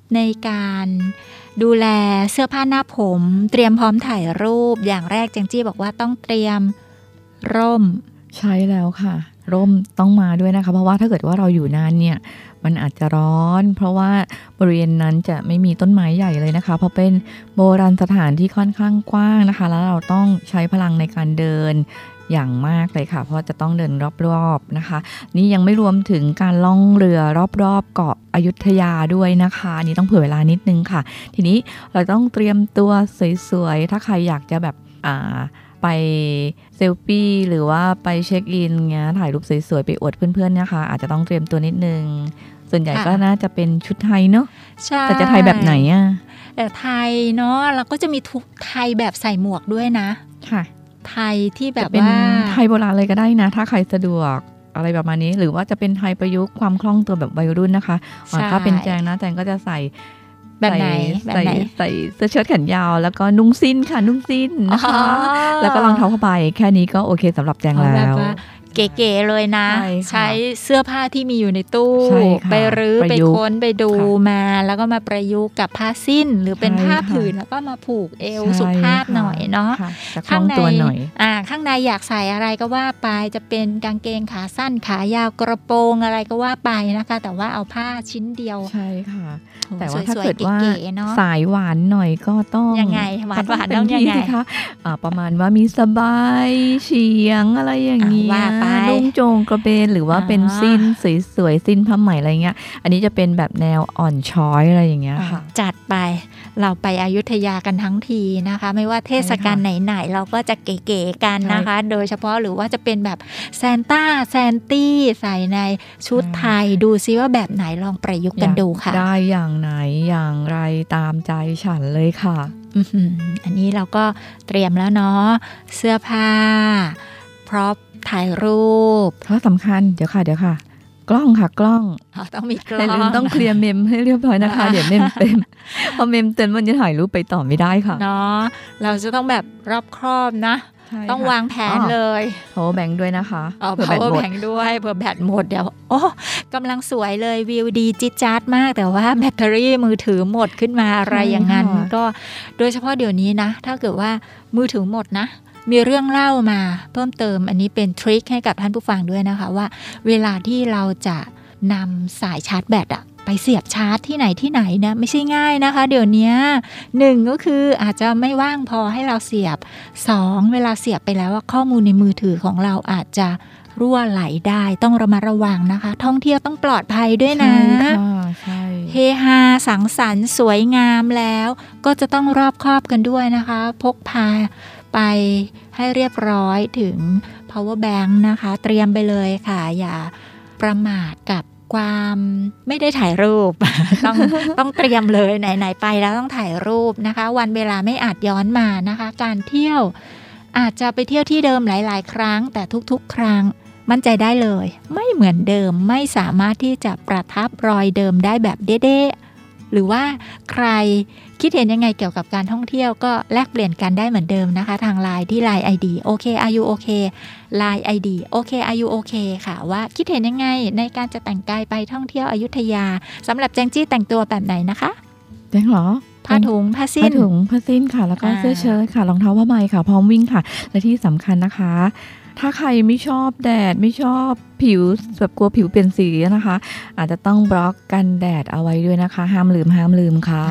ในการดูแลเสื้อผ้าหน้าผมเตรียมพร้อมถ่ายรูปอย่างแรกแจงจี้บอกว่าต้องเตรียมร่ม
ใช่แล้วค่ะร่มต้องมาด้วยนะคะเพราะว่าถ้าเกิดว่าเราอยู่นานเนี่ยมันอาจจะร้อนเพราะว่าบริเวณนั้นจะไม่มีต้นไม้ใหญ่เลยนะคะเพราะเป็นโบราณสถานที่ค่อนข้างกว้างนะคะแล้วเราต้องใช้พลังในการเดินอย่างมากเลยค่ะเพราะจะต้องเดินรอบๆนะคะนี่ยังไม่รวมถึงการล่องเรือรอบๆเกาะอยุธยาด้วยนะคะนี่ต้องเผื่อเวลานิดนึงค่ะทีนี้เราต้องเตรียมตัวสวยๆถ้าใครอยากจะแบบไปเซลฟี่หรือว่าไปเช็คอินเงี้ยถ่ายรูปสวยๆไปอวดเพื่อนๆนะคะอาจจะต้องเตรียมตัวนิดนึงส่วนใหญ่ก็น่าจะเป็นชุดไทยเนาะแต่จะไทยแบบไหนอ่ะ
แต่ไทยเนาะเราก็จะมีทุกไทยแบบใส่หมวกด้วยนะค่ะไทยที่แบบว่า
ไทยโบราณเลยก็ได้นะถ้าใครสะดวกอะไรประมาณนี้หรือว่าจะเป็นไทยประยุกต์ความคล่องตัวแบบวัยรุ่นนะคะถ้าเป็นแจงนะแจงก็จะใส่
แบบไหน
ใส่เสื้อเชิ้ตแขนยาวแล้วก็นุ่งสิ้นค่ะนุ่งสิ้นนะคะแล้วก็รองเท้าผ้าใบแค่นี้ก็โอเคสำหรับแจงแล้ว
เก๋ๆเลยนะใช้เสื้อผ้าที่มีอยู่ในตู้ไปรื้อไปค้นไปดูมาแล้วก็มาประยุกต์กับผ้าสิ้นหรือเป็นผ้าผืนแล้วก็มาผูกเอวสุภาพหน่อยเนาะ
ข้างใน
ข้างในอยากใส่อะไรก็ว่าไปจะเป็นกางเกงขาสั้นขายาวกระโปรงอะไรก็ว่าไปนะคะแต่ว่าเอาผ้าชิ้นเดียว
ใช่ค่ะแต่ว่าถ้าเกิดว่าสายหวานหน่อยก็ต้อง
ยังไงหวานต้องยังไง
คะประมาณว่ามีสบายเฉียงอะไรอย่างเงี้ยนุ่งโจงกระเบนหรือว่าเป็นสิ้นสวยๆสิ้นผ้าไหมอะไรเงี้ยอันนี้จะเป็นแบบแนวอ่อนช้อยอะไรอย่างเงี้ยค่ะ
จัดไปเราไปอยุธยากันทั้งทีนะคะไม่ว่าเทศกาลไหนๆเราก็จะเก๋ๆกันนะคะโดยเฉพาะหรือว่าจะเป็นแบบแซนต้าแซนตี้ใส่ในชุดไทยดูซิว่าแบบไหนลองประยุกต์กันดูค่ะ
ได้อย่างไหนอย่างไรตามใจฉันเลยค่ะ
อันนี้เราก็เตรียมแล้วเนาะเสื้อผ้าพร็อพถ่ายรูป
เพราะสำคัญเดี๋ยวค่ะกล้องค่ะกล้อง
ต้องมีกล้อง
ต้องเคลียร์เมมให้เรียบร้อยนะคะเดี๋ยวเมมเต็มพอเมมเต็มมันจะถ่ายรูปไปต่อไม่ได้ค่ะ
เนาะเราจะต้องแบบรอบครอบนะต้องวางแผนเลย
power bank ด้วยนะคะ
เผื่อแบตหมดด้วยเผื่อแบตหมดเดี๋ยวกำลังสวยเลยวิวดีจิ๊ดจ๊าดมากแต่ว่าแบตเตอรี่มือถือหมดขึ้นมาอะไรอย่างนั้นก็โดยเฉพาะเดี๋ยวนี้นะถ้าเกิดว่ามือถือหมดนะมีเรื่องเล่ามาเพิ่มเติมอันนี้เป็นทริคให้กับท่านผู้ฟังด้วยนะคะว่าเวลาที่เราจะนำสายชาร์จแบตไปเสียบชาร์จที่ไหนนะไม่ใช่ง่ายนะคะเดี๋ยวนี้1ก็คืออาจจะไม่ว่างพอให้เราเสียบ2เวลาเสียบไปแล้วข้อมูลในมือถือของเราอาจจะรั่วไหลได้ต้องระมัดระวังนะคะท่องเที่ยวต้องปลอดภัยด้วยนะ
ใช่
เฮฮาสังสรรค์สวยงามแล้วก็จะต้องรอบคอบกันด้วยนะคะพกพาไปให้เรียบร้อยถึง power bank นะคะเตรียมไปเลยค่ะอย่าประมาทกับความไม่ได้ถ่ายรูป ต้องเตรียมเลยไหนๆไปแล้วต้องถ่ายรูปนะคะวันเวลาไม่อาจย้อนมานะคะการเที่ยวอาจจะไปเที่ยวที่เดิมหลายๆครั้งแต่ทุกๆครั้งมั่นใจได้เลยไม่เหมือนเดิมไม่สามารถที่จะประทับรอยเดิมได้แบบเด๊ะหรือว่าใครคิดเห็นยังไงเกี่ยวกับการท่องเที่ยวก็แลกเปลี่ยนกันได้เหมือนเดิมนะคะทาง LINE ที่ LINE ID โอเคอายุโอเค LINE ID โอเคอายุโอเคค่ะว่าคิดเห็นยังไงในการจะแต่งกายไปท่องเที่ยวอยุธยาสำหรับแจงจี้แต่งตัวแบบไหนนะคะ
แจงเหรอ
ผ้าถุงผ้าสิ้
นค่ะแล้วก็เสื้อเชิ้ตค่ะรองเท้าผ้าใบค่ะพร้อมวิ่งค่ะและที่สำคัญนะคะถ้าใครไม่ชอบแดดไม่ชอบผิวแบบกลัวผิวเปลี่ยนสีนะคะอาจจะต้องบล็อกกันแดดเอาไว้ด้วยนะคะห้ามลืมค่ะ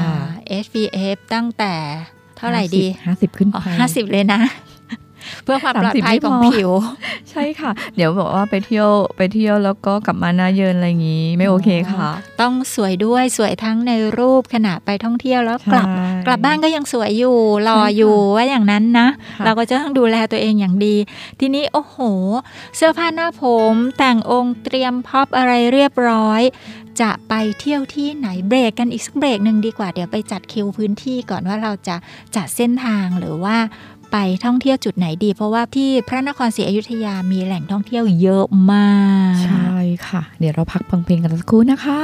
SPF ตั้งแต่เท่าไหร่ดี
50ขึ้นไป
50เลยนะเพื่อความปลอดภัยของผิว
ใช่ค่ะเดี๋ยวบอกว่าไปเที่ยวแล้วก็กลับมาหน้าเยินอะไรอย่างนี้ไม่โอเคค่ะ
ต้องสวยด้วยสวยทั้งในรูปขณะไปท่องเที่ยวแล้วกลับบ้านก็ยังสวยอยู่รออยู่ว่าอย่างนั้นนะเราก็จะต้องดูแลตัวเองอย่างดีทีนี้โอ้โหเสื้อผ้าหน้าผมแต่งองค์เตรียมพร็อพอะไรเรียบร้อยจะไปเที่ยวที่ไหนเบรกกันอีกสักเบรกนึงดีกว่าเดี๋ยวไปจัดคิวพื้นที่ก่อนว่าเราจะจัดเส้นทางหรือว่าไปท่องเที่ยวจุดไหนดีเพราะว่าที่พระนครศรีอยุธยามีแหล่งท่องเที่ยวเยอะมาก
ใช่ค่ะเดี๋ยวเราพักฟังเพลงกันสักครู่นะคะ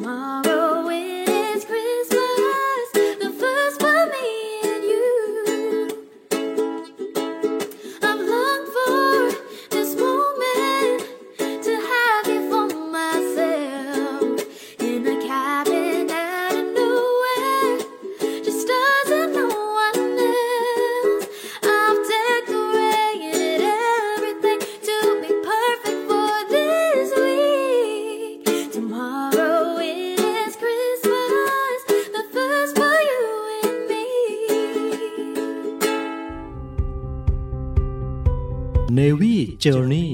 Tomorrow is Christmas, the first for me and you. I've longed for this moment to have you for myself in a cabin out of nowhere, just us and no one else. I've decorated everything to be perfect for this week. Tomorrow is Christmas, the first for you and me.
Navy Journey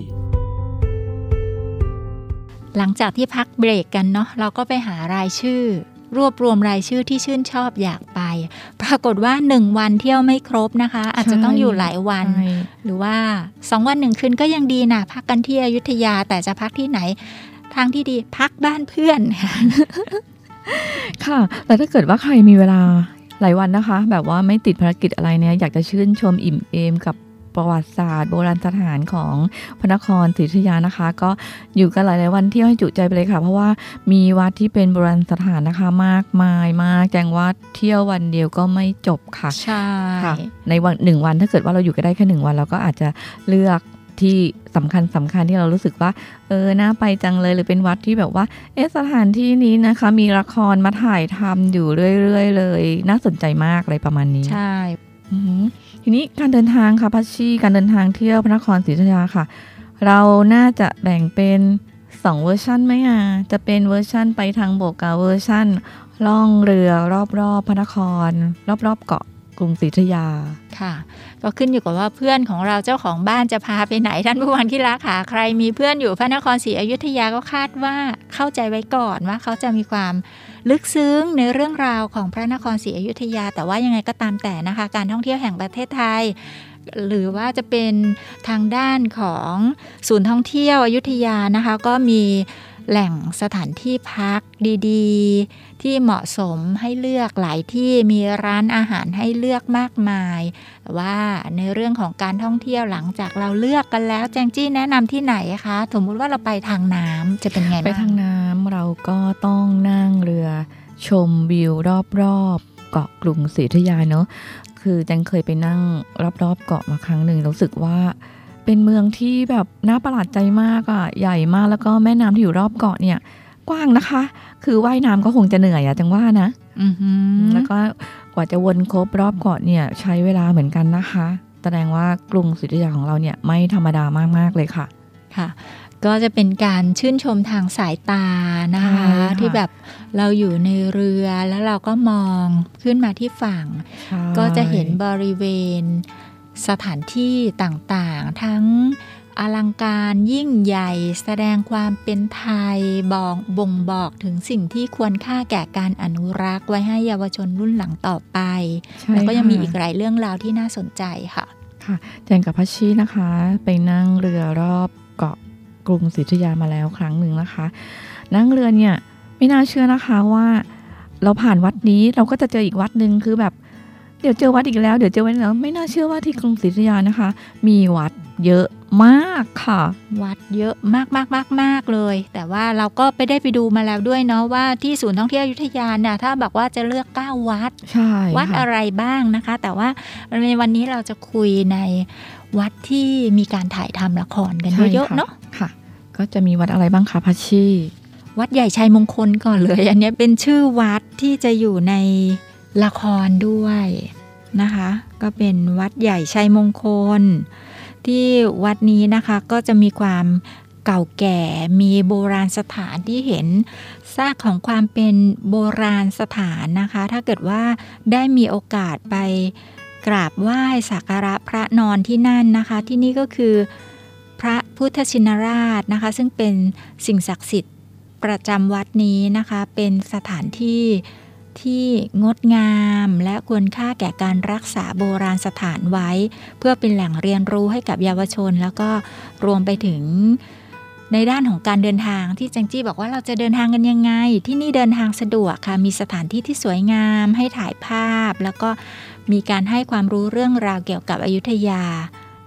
หลังจากที่พักเบรกกันเนาะเราก็ไปหารายชื่อ รวบรวมรายชื่อที่ชื่นชอบอยากไป ปรากฏว่า1วันเที่ยวไม่ครบนะคะ อาจจะต้องอยู่หลายวัน
ใช่
หรือว่า2วัน1คืนก็ยังดีนะพักกันที่อยุธยาแต่จะพักที่ไหนทางที่ดีพักบ้านเพื่อนค่ะ
ค่ะแล้วถ้าเกิดว่าใครมีเวลาหลายวันนะคะ แบบว่าไม่ติดภารกิจอะไรเนี่ยอยากจะชื่นชมอิ่มเอมกับประวัติศาสตร์โบราณสถานของพระนครศรีอยุธยานะคะ ก็อยู่กันหลายๆวันเที่ยวให้จุใจไปเลยค่ะ เพราะว่ามีวัดที่เป็นโบราณสถานนะคะมากมายมากแจ้งว่าเที่ยววันเดียวก็ไม่จบค่ะ
ใช่
ค่ะในวัน1 วันถ้าเกิดว่าเราอยู่กันได้แค่1 วันเราก็อาจจะเลือกที่สำคัญที่เรารู้สึกว่าน่าไปจังเลยหรือเป็นวัดที่แบบว่าสถานที่นี้นะคะมีละครมาถ่ายทำอยู่เรื่อยๆเลยน่าสนใจมากอะไรประมาณนี้
ใช่
ทีนี้การเดินทางค่ะพัชชีการเดินทางเที่ยวพระนครศรีอยุธยาค่ะ เราน่าจะแบ่งเป็น2เวอร์ชันไหมจะเป็นเวอร์ชันไปทางบกกับเวอร์ชันล่องเรือรอบๆพระนครรอบๆเกาะกรุงศรีอยุธยา
ค่ะก็ขึ้นอยู่กับว่าเพื่อนของเราเจ้าของบ้านจะพาไปไหนท่านผู้ฟังที่รักค่ะใครมีเพื่อนอยู่พระนครศรีอยุธยาก็คาดว่าเข้าใจไว้ก่อนว่าเขาจะมีความลึกซึ้งในเรื่องราวของพระนครศรีอยุธยาแต่ว่ายังไงก็ตามแต่นะคะการท่องเที่ยวแห่งประเทศไทยหรือว่าจะเป็นทางด้านของศูนย์ท่องเที่ยวอยุธยานะคะก็มีแหล่งสถานที่พักดีๆที่เหมาะสมให้เลือกหลายที่มีร้านอาหารให้เลือกมากมายแต่ว่าในเรื่องของการท่องเที่ยวหลังจากเราเลือกกันแล้วแจงจี้แนะนำที่ไหนคะสมมุติว่าเราไปทางน้ำจะเป็นไงบ้าง
ไปทางน้ำเราก็ต้องนั่งเรือชมวิวรอบๆเกาะกรุงศรีอยุธยาเนอะคือแจงเคยไปนั่งรอบๆเกาะมาครั้งหนึ่งรู้สึกว่าเป็นเมืองที่แบบน่าประหลาดใจมากใหญ่มากแล้วก็แม่น้ำที่อยู่รอบเกาะเนี่ยกว้างนะคะคือว่ายน้ำก็คงจะเหนื่อยจังว่านะแล้วก็กว่าจะวนครบรอบเกาะเนี่ยใช้เวลาเหมือนกันนะคะแสดงว่ากรุงศรีอยุธยาของเราเนี่ยไม่ธรรมดามากๆเลยค่ะ
ค่ะก็จะเป็นการชื่นชมทางสายตานะคะที่แบบเราอยู่ในเรือแล้วเราก็มองขึ้นมาที่ฝั่งก็จะเห็นบริเวณสถานที่ต่างๆทั้งอลังการยิ่งใหญ่แสดงความเป็นไทยบ่งบอกถึงสิ่งที่ควรค่าแก่การอนุรักษ์ไว้ให้เยาวชนรุ่นหลังต่อไปแล้วก็ยังมีอีกหลายเรื่องราวที่น่าสนใจค่ะ
ค่ะแจงกับพัชชีนะคะไปนั่งเรือรอบเกาะกรุงศรีอยุธยามาแล้วครั้งหนึ่งนะคะนั่งเรือเนี่ยไม่น่าเชื่อนะคะว่าเราผ่านวัดนี้เราก็จะเจออีกวัดนึงคือแบบเดี๋ยวเจอวัดอีกแล้วเดี๋ยวเจอวัดแล้วไม่น่าเชื่อว่าที่กรุงศรีอยุธยานะคะมีวัดเยอะมากค่ะ
วัดเยอะมากเลยแต่ว่าเราก็ได้ไปดูมาแล้วด้วยเนาะว่าที่ศูนย์ท่องเที่ยวอยุธยาเนี่ยถ้าบอกว่าจะเลือก9วัดวัดอะไรบ้างนะคะแต่ว่าในวันนี้เราจะคุยในวัดที่มีการถ่ายทำละครกันเยอะๆเนาะ
ค่ะก็จะมีวัดอะไรบ้างคะพัชชี
วัดใหญ่ชัยมงคลก่อนเลยอันนี้เป็นชื่อวัดที่จะอยู่ในละครด้วยนะคะก็เป็นวัดใหญ่ชัยมงคลที่วัดนี้นะคะก็จะมีความเก่าแก่มีโบราณสถานที่เห็นซากของความเป็นโบราณสถานนะคะถ้าเกิดว่าได้มีโอกาสไปกราบไหว้สักการะพระนอนที่นั่นนะคะที่นี่ก็คือพระพุทธชินราชนะคะซึ่งเป็นสิ่งศักดิ์สิทธิ์ประจำวัดนี้นะคะเป็นสถานที่ที่งดงามและควรค่าแก่การรักษาโบราณสถานไว้เพื่อเป็นแหล่งเรียนรู้ให้กับเยาวชนแล้วก็รวมไปถึงในด้านของการเดินทางที่แจงจี้บอกว่าเราจะเดินทางกันยังไงที่นี่เดินทางสะดวกค่ะมีสถานที่ที่สวยงามให้ถ่ายภาพแล้วก็มีการให้ความรู้เรื่องราวเกี่ยวกับอยุธยา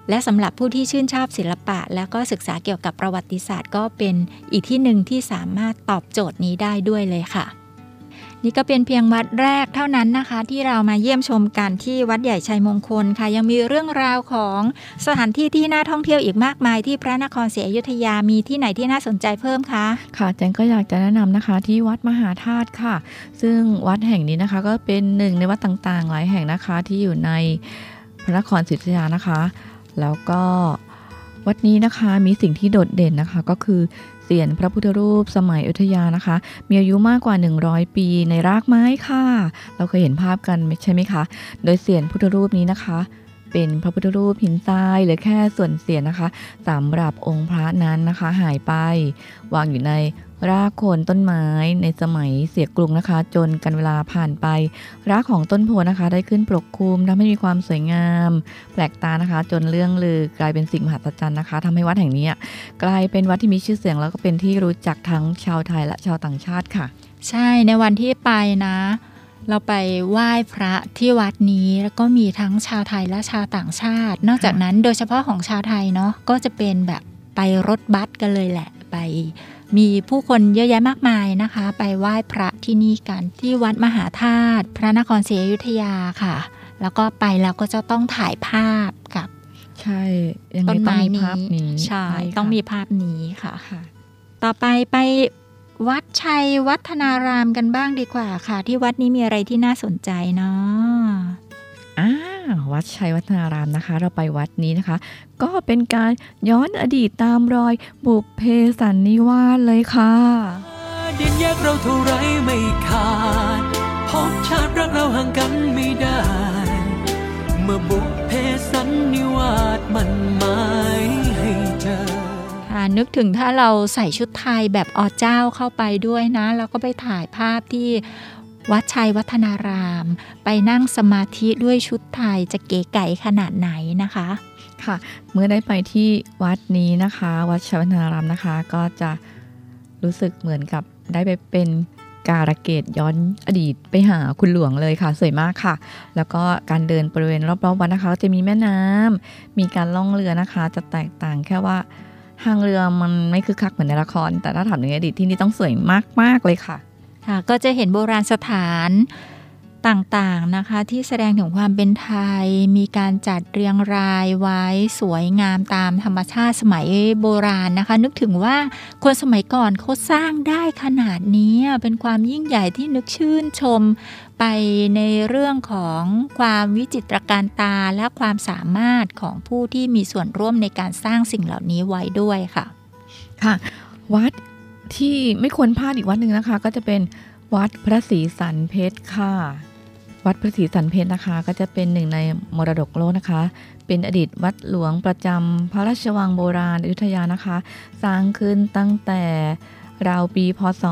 และสำหรับผู้ที่ชื่นชอบศิลปะแล้วก็ศึกษาเกี่ยวกับประวัติศาสตร์ก็เป็นอีกที่หนึ่งที่สามารถตอบโจทย์นี้ได้ด้วยเลยค่ะนี่ก็เป็นเพียงวัดแรกเท่านั้นนะคะที่เรามาเยี่ยมชมกันที่วัดใหญ่ชัยมงคลค่ะยังมีเรื่องราวของสถานที่ที่น่าท่องเที่ยวอีกมากมายที่พระนครศรีอยุธยามีที่ไหนที่น่าสนใจเพิ่มคะ
ค่ะแจงก็อยากจะแนะนำนะคะที่วัดมหาธาตุค่ะซึ่งวัดแห่งนี้นะคะก็เป็นหนึ่งในวัดต่างๆหลายแห่งนะคะที่อยู่ในพระนครศรีอยุธยานะคะแล้วก็วัดนี้นะคะมีสิ่งที่โดดเด่นนะคะก็คือเสียนพระพุทธรูปสมัยอยุธยานะคะมีอายุมากกว่า100ปีในรากไม้ค่ะเราเคยเห็นภาพกันใช่ไหมคะโดยเสียนพุทธรูปนี้นะคะเป็นพระพุทธรูปหินทรายหรือแค่ส่วนเสียนนะคะสำหรับองค์พระนั้นนะคะหายไปวางอยู่ในรากโคนต้นไม้ในสมัยเสียกรุงนะคะจนกันเวลาผ่านไปรากของต้นโพนะคะได้ขึ้นปกคลุมทำให้มีความสวยงามแปลกตานะคะจนเรื่องลือกลายเป็นสิ่งมหัศจรรย์นะคะทำให้วัดแห่งนี้กลายเป็นวัดที่มีชื่อเสียงแล้วก็เป็นที่รู้จักทั้งชาวไทยและชาวต่างชาติค่ะ
ใช่ในวันที่ไปนะเราไปไหว้พระที่วัดนี้แล้วก็มีทั้งชาวไทยและชาวต่างชาตินอกจากนั้นโดยเฉพาะของชาวไทยเนาะก็จะเป็นแบบไปรถบัสกันเลยแหละไปมีผู้คนเยอะแยะมากมายนะคะไปไหว้พระที่นี่กันที่วัดมหาธาตุพระนครศรีอยุธยาค่ะแล้วก็ไปแล้วก็จะต้องถ่ายภาพกับ
ใช่ยังไงต้องมีภาพนี้
ใช่ต้องมีภาพนี้ค่ะต่อไปไปวัดชัยวัฒนารามกันบ้างดีกว่าค่ะที่วัดนี้มีอะไรที่น่าสนใจเนาะ
วัดชัยวัฒนารามนะคะเราไปวัดนี้นะคะก็เป็นการย้อนอดีตตามรอยบุพเพสันนิวาสเลยค่ะ
เดินแยกเราเท่าไรไม่ขาดพบชาติรักเราห่างกันไม่ได้เมื่อบุพเพสันนิวาสมันหมายให้เจอ
นึกถึงถ้าเราใส่ชุดไทยแบบอเจ้าเข้าไปด้วยนะแล้วก็ไปถ่ายภาพที่วัดชัยวัฒนารามไปนั่งสมาธิด้วยชุดไทยจะเก๋ไก๋ขนาดไหนนะคะ
ค่ะเมื่อได้ไปที่วัดนี้นะคะวัดชัยวัฒนารามนะคะก็จะรู้สึกเหมือนกับได้ไปเป็นการะเกดย้อนอดีตไปหาคุณหลวงเลยค่ะสวยมากค่ะแล้วก็การเดินบริเวณรอบๆวัดนะคะจะมีแม่น้ำมีการล่องเรือนะคะจะแตกต่างแค่ว่าทางเรือมันไม่คึกคักเหมือนในละครแต่ถ้าถามถึงอดีตที่นี่ต้องสวยมากๆเลยค่ะ
ก็จะเห็นโบราณสถานต่างๆนะคะที่แสดงถึงความเป็นไทยมีการจัดเรียงรายไว้สวยงามตามธรรมชาติสมัยโบราณนะคะนึกถึงว่าคนสมัยก่อนเขาสร้างได้ขนาดนี้เป็นความยิ่งใหญ่ที่นึกชื่นชมไปในเรื่องของความวิจิตรการตาและความสามารถของผู้ที่มีส่วนร่วมในการสร้างสิ่งเหล่านี้ไว้ด้วยค่ะ
ค่ะวัดที่ไม่ควรพลาดอีกวัดหนึ่งนะคะก็จะเป็นวัดพระศรีสันเพชรค่ะวัดพระศรีสันเพชรนะคะก็จะเป็นหนึ่งในมรดกโลกนะคะเป็นอดีตวัดหลวงประจำพระราชวังโบราณอยุธยานะคะสร้างขึ้นตั้งแต่ราวปีพ.ศ.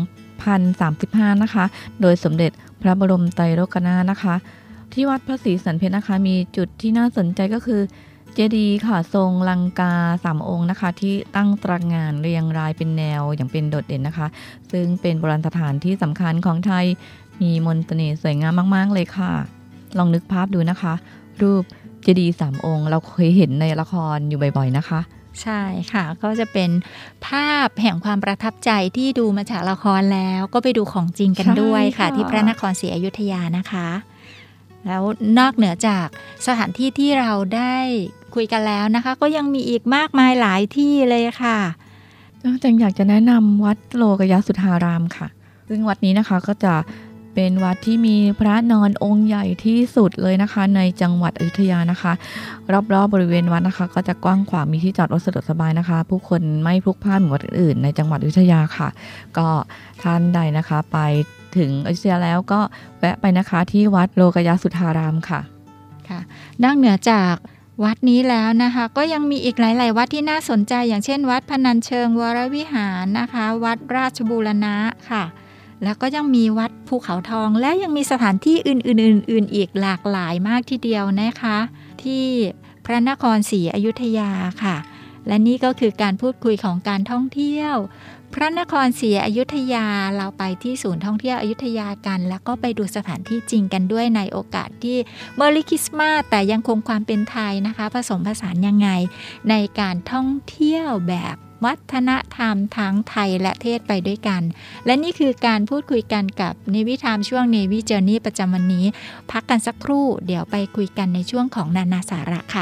2035นะคะโดยสมเด็จพระบรมไตรโลกนาถนะคะที่วัดพระศรีสันเพชรนะคะมีจุดที่น่าสนใจก็คือเจดีย์ค่ะทรงลังกา3องค์นะคะที่ตั้งตระหง่านเรียงรายเป็นแนวอย่างเป็นโดดเด่นนะคะซึ่งเป็นโบราณสถานที่สำคัญของไทยมีมนต์เสน่ห์สวยงามมากๆเลยค่ะลองนึกภาพดูนะคะรูปเจดีย์3องค์เราเคยเห็นในละครอยู่บ่อยๆนะคะ
ใช่ค่ะก็จะเป็นภาพแห่งความประทับใจที่ดูมาจากละครแล้วก็ไปดูของจริงกันด้วยค่ะที่พระนครศรีอยุธยานะคะแล้วนอกเหนือจากสถานที่ที่เราได้คุยกันแล้วนะคะก็ยังมีอีกมากมายหลายที่เลยค่ะ
จังอยากจะแนะนำวัดโลกยสุธารามค่ะซึ่งวัดนี้นะคะก็จะเป็นวัดที่มีพระนอนองค์ใหญ่ที่สุดเลยนะคะในจังหวัดอยุธยานะคะรอบๆบริเวณวัดนะคะก็จะกว้างขวางมีที่จอดรถสะดวกสบายนะคะผู้คนไม่พลุกพล่านเหมือนวัดอื่นในจังหวัดอยุธยาค่ะก็ท่านใดนะคะไปถึงอยุธยาแล้วก็แวะไปนะคะที่วัดโลกยสุธารามค่ะ
ค่ะนอกเหนือจากวัดนี้แล้วนะคะก็ยังมีอีกหลายๆวัดที่น่าสนใจอย่างเช่นวัดพนัญเชิงวรวิหารนะคะวัดราชบูรณะค่ะแล้วก็ยังมีวัดภูเขาทองและยังมีสถานที่อื่นๆอีกหลากหลายมากทีเดียวนะคะที่พระนครศรีอยุธยาค่ะและนี่ก็คือการพูดคุยของการท่องเที่ยวพระนครศรีอยุธยาเราไปที่ศูนย์ท่องเที่ยวอยุธยากันแล้วก็ไปดูสถานที่จริงกันด้วยในโอกาสที่เมอร์รี่คริสต์มาสแต่ยังคงความเป็นไทยนะคะผสมผสานยังไงในการท่องเที่ยวแบบวัฒนธรรมทั้งไทยและเทศไปด้วยกันและนี่คือการพูดคุยกันกับ Navy Time ช่วง Navy Journey ประจำวันนี้พักกันสักครู่เดี๋ยวไปคุยกันในช่วงของนานาสาระค่ะ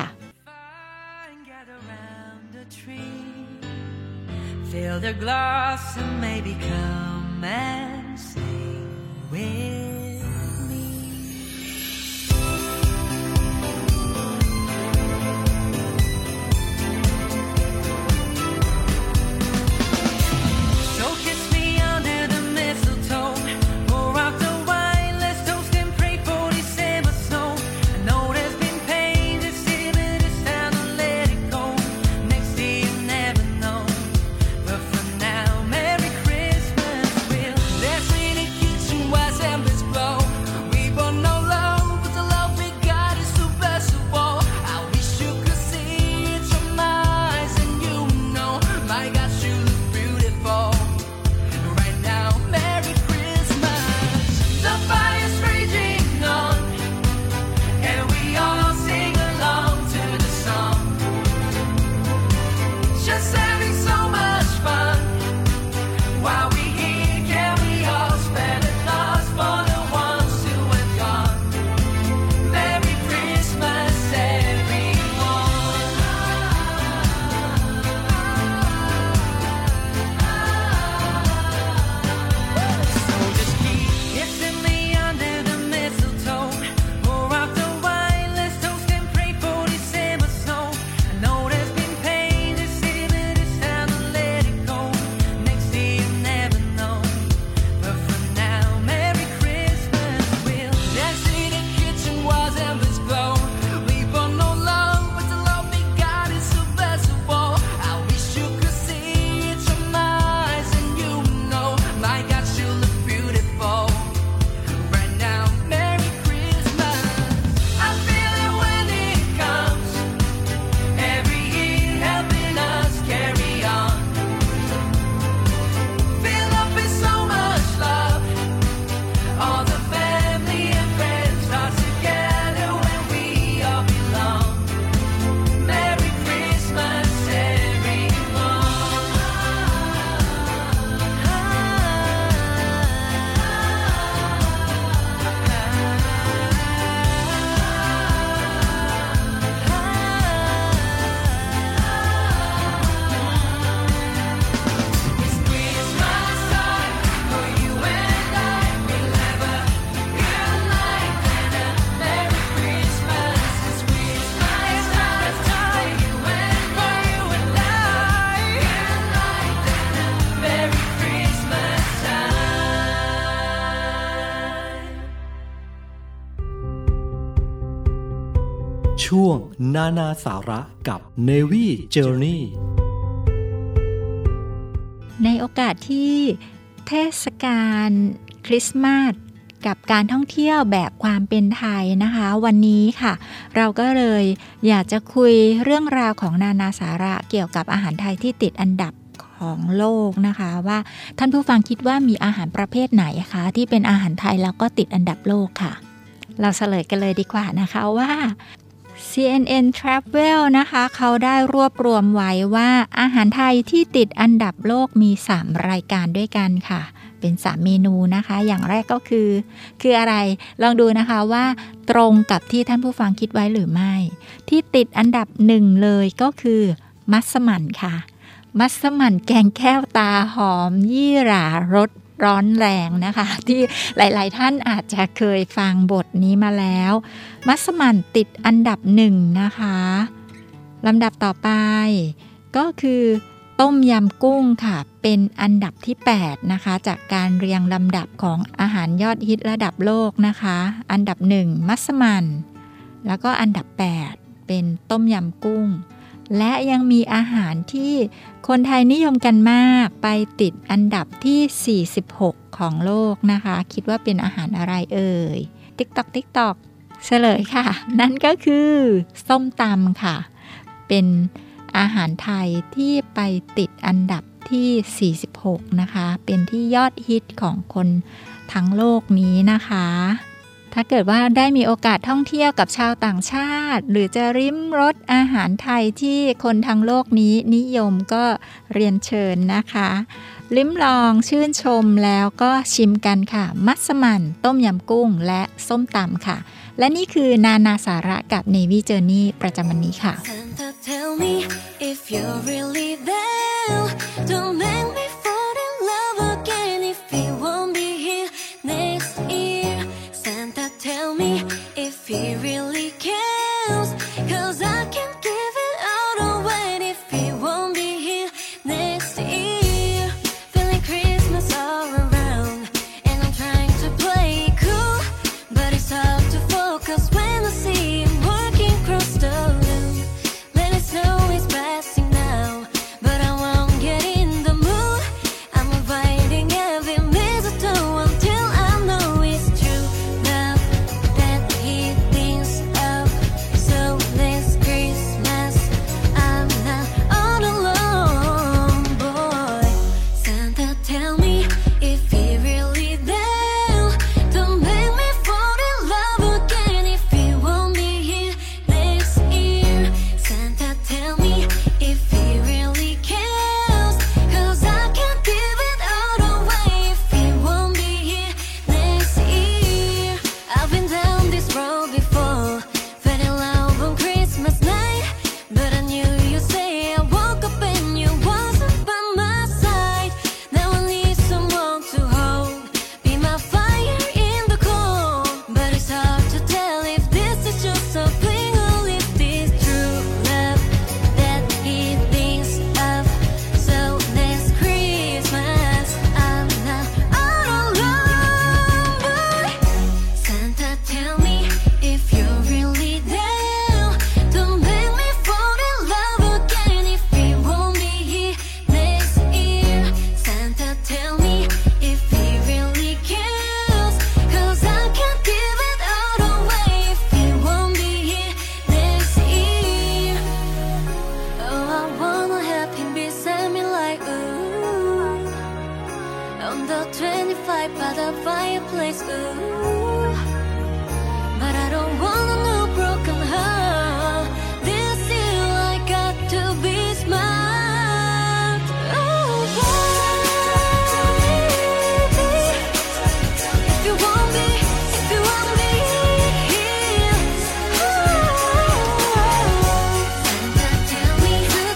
Fill their glass and maybe come and sing with me. So kiss me under the mistletoe, pour out the wine, let's toast and pray for December snow. I know there's been pain this city, but it's time to let it go. Next year you never know. But for now, Merry Christmas, we'll dance in the kitchen while embers glow. We both know love, but the love we got is too blessed of all. I wish you could see it from my eyes, and you know, my God, you look beautiful. Right now, Merry Christmas. The fire's raging on, and we all sing along to the song. Just having so much fun. While we here, can we all spread a loss for the ones who have gone? Merry Christmas, everyone. So just keep kissing me under the mistletoe. Pour out the wine, let's toast and pray for December snow. I know there's been pain this city, but it's time to let it go. Next year you never know. But for now, Merry Christmas. We'll dance in the kitchen while embers glow. We both know love, but the love we got is so blessed of all. I wish you could see it from my eyes, and you know, my God, you look beautiful. Right now, Merry Christmas. I feel it when it comes. Every year helping us carry on. Fill up with so much love. All the family and friends are together when we all belong. Merry Christmas, everyone. It's Christmas time for you and I. We'll have a good night and a Merry Christmas. It's Christmas time for you and I. Good night and a Merry Christmas time.
ช่วงนานาสาระกับ Navy Journey
ในโอกาสที่เทศกาลคริสต์มาสกับการท่องเที่ยวแบบความเป็นไทยนะคะ วันนี้ค่ะ เราก็เลยอยากจะคุยเรื่องราวของนานาสาระเกี่ยวกับอาหารไทยที่ติดอันดับของโลกนะคะว่าท่านผู้ฟังคิดว่ามีอาหารประเภทไหนคะที่เป็นอาหารไทยแล้วก็ติดอันดับโลกค่ะ เราเฉลยกันเลยดีกว่านะคะว่า CNN Travel นะคะเขาได้รวบรวมไว้ว่าอาหารไทยที่ติดอันดับโลกมี3รายการด้วยกันค่ะเป็น3เมนูนะคะอย่างแรกก็คืออะไรลองดูนะคะว่าตรงกับที่ท่านผู้ฟังคิดไว้หรือไม่ที่ติดอันดับ1เลยก็คือมัสมั่นค่ะมัสมั่นแกงแก้วตาหอมยี่หร่ารสร้อนแรงนะคะที่หลายๆท่านอาจจะเคยฟังบทนี้มาแล้วมัสมั่นติดอันดับ1นะคะลำดับต่อไปก็คือต้มยำกุ้งค่ะเป็นอันดับที่8นะคะจากการเรียงลำดับของอาหารยอดฮิตระดับโลกนะคะอันดับ1มัสมั่นแล้วก็อันดับ8เป็นต้มยำกุ้งและยังมีอาหารที่คนไทยนิยมกันมากไปติดอันดับที่46ของโลกนะคะคิดว่าเป็นอาหารอะไรเอ่ย TikTok เฉลยค่ะนั่นก็คือส้มตำค่ะเป็นอาหารไทยที่ไปติดอันดับที่46นะคะเป็นที่ยอดฮิตของคนทั้งโลกนี้นะคะถ้าเกิดว่าได้มีโอกาสท่องเที่ยวกับชาวต่างชาติหรือจะริมรสอาหารไทยที่คนทั้งโลกนี้นิยมก็เรียนเชิญนะคะลิ้มลองชื่นชมแล้วก็ชิมกันค่ะมัสมั่นต้มยำกุ้งและส้มตำค่ะและนี่คือนานาสาระกับ Navy Journey ประจำวันนี้ค่ะ
Santa, tell me if you're really there. Don't make me fall in love again if he won't be here next year. Santa, tell me if he really cares. 'Cause I can't give it all away if he won't be here next year. Feeling Christmas all around, and I'm trying to play it cool, but it's hard to focus when I see him working across the room. Let it snow is passing now, but I won't get in the mood. I'm avoiding every mistletoe until I know it's true love that he thinks of. So this Christmas I'm not all alone, boy. Santa, tell me if he really there. Don't make me fall in love again if he won't be here next year. Santa, tell me if he really cares. 'Cause I can't give it all away if he won't be here next year. I've been down this road before, fell in love on Christmas night, but I knew you'd say I woke up and you wasn't by my side. Now I need someone to hold, be my fire in the cold. But it's hard to tell if this is just a fling or if this true love that he thinks of. So this Christmas I'm not all alone, boy. Santa, tell me if you're really there. Don't make me fall in love again if he won't be here next year. Santa, tell me if he really cares. 'Cause I can't give it all away if he won't be here next year. Oh, I wanna have him beside me like ooh, on the 25 by the fireplace, ooh. But I don't want a new broken heart. This year I got to be smart. Oh, baby, if you won't be here, Santa, tell me if you're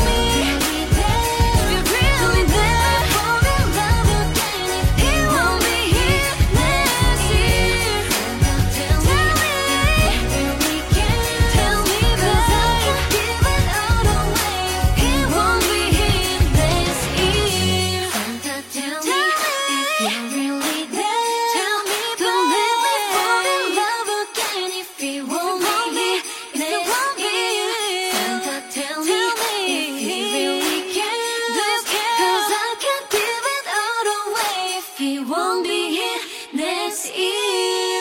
really there. Fall in love again if he won't be here next year. Santa, tell me if you really care. Tell me, 'cause I can't give it all away if he won't be here next year. Santa, tell me if you're really there. Tell me, don't let me fall in love again if he won't be here next year. Santa, tell me if he really cares. 'Cause I can't give it all away if he won't be here next year.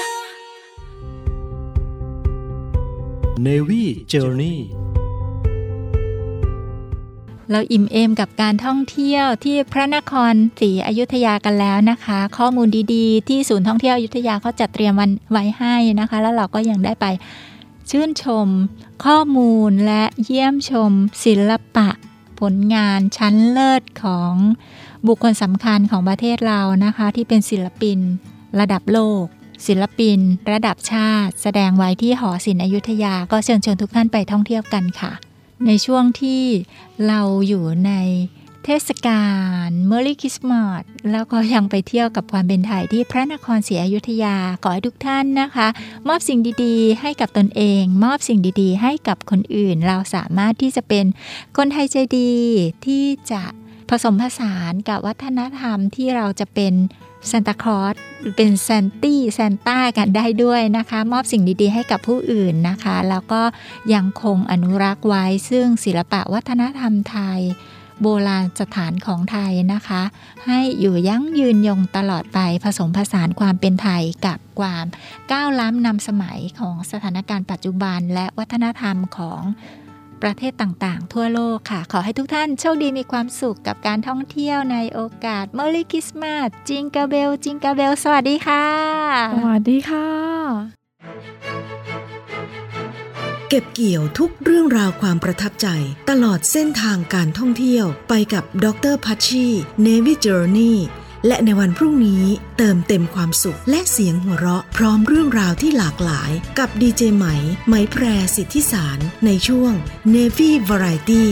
Navy Journey
เราอิ่มเอมกับการท่องเที่ยวที่พระนครศรีอยุธยากันแล้วนะคะข้อมูลดีๆที่ศูนย์ท่องเที่ยวอยุธยาเขาจัดเตรียมไว้ให้นะคะแล้วเราก็ยังได้ไปชื่นชมข้อมูลและเยี่ยมชมศิลปะผลงานชั้นเลิศของบุคคลสำคัญของประเทศเรานะคะที่เป็นศิลปินระดับโลกศิลปินระดับชาติแสดงไว้ที่หอศิลป์อยุธยาก็เชิญชวนทุกท่านไปท่องเที่ยวกันค่ะในช่วงที่เราอยู่ในเทศกาลเมอรี่คริสต์มาสแล้วก็ยังไปเที่ยวกับความเป็นไทยที่พระนครศรีอยุธยาขอให้ทุกท่านนะคะมอบสิ่งดีๆให้กับตนเองมอบสิ่งดีๆให้กับคนอื่นเราสามารถที่จะเป็นคนไทยใจดีที่จะผสมผสานกับวัฒนธรรมที่เราจะเป็นซานตาคลอสเป็นแซนต้ากันได้ด้วยนะคะมอบสิ่งดีๆให้กับผู้อื่นนะคะแล้วก็ยังคงอนุรักษ์ไว้ซึ่งศิลปะวัฒนธรรมไทยโบราณสถานของไทยนะคะให้อยู่ยั่งยืนยงตลอดไปผสมผสานความเป็นไทยกับความก้าวล้ำนำสมัยของสถานการณ์ปัจจุบันและวัฒนธรรมของประเทศต่างๆทั่วโลกค่ะขอให้ทุกท่านโชคดีมีความสุขกับการท่องเที่ยวในโอกาส Merry Christmas จิงเกอร์เบลจิงเกอร์เบลสวัสดีค่ะ
สวัสดีค่ะ
เก็บเกี่ยวทุกเรื่องราวความประทับใจตลอดเส้นทางการท่องเที่ยวไปกับดร.พัชชี Navy Journey และในวันพรุ่งนี้เติมเต็มความสุขและเสียงหัวเราะพร้อมเรื่องราวที่หลากหลายกับดีเจไหมแพรสิทธิสารในช่วง Navy Variety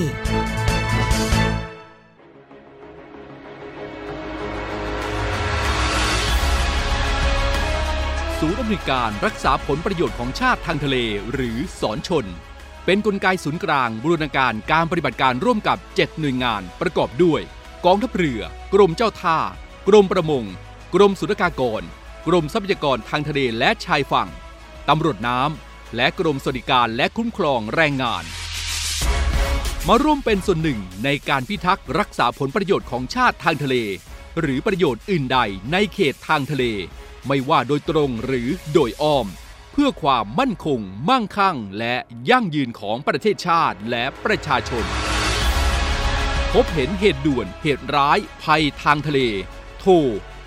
ศูนย์อำนวยการรักษาผลประโยชน์ของชาติทางทะเลหรือศรชนเป็นกลไกศูนย์กลางบูรณาการการปฏิบัติการร่วมกับ7หน่วยงานประกอบด้วยกองทัพเรือกรมเจ้าท่ากรมประมงกรมศุลกากรกรมทรัพยากรทางทะเลและชายฝั่งตำรวจน้ำและกรมสวัสดิการและคุ้มครองแรงงานมาร่วมเป็นส่วนหนึ่งในการพิทักษ์รักษาผลประโยชน์ของชาติทางทะเลหรือประโยชน์อื่นใดในเขตทางทะเลไม่ว่าโดยตรงหรือโดยอ้อมเพื่อความมั่นคงมั่งคั่งและยั่งยืนของประเทศชาติและประชาชนพบเห็นเหตุด่วนเหตุร้ายภัยทางทะเลโทร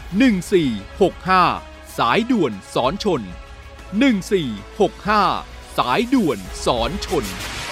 1465สายด่วนสอนชน1465สายด่วนสอนชน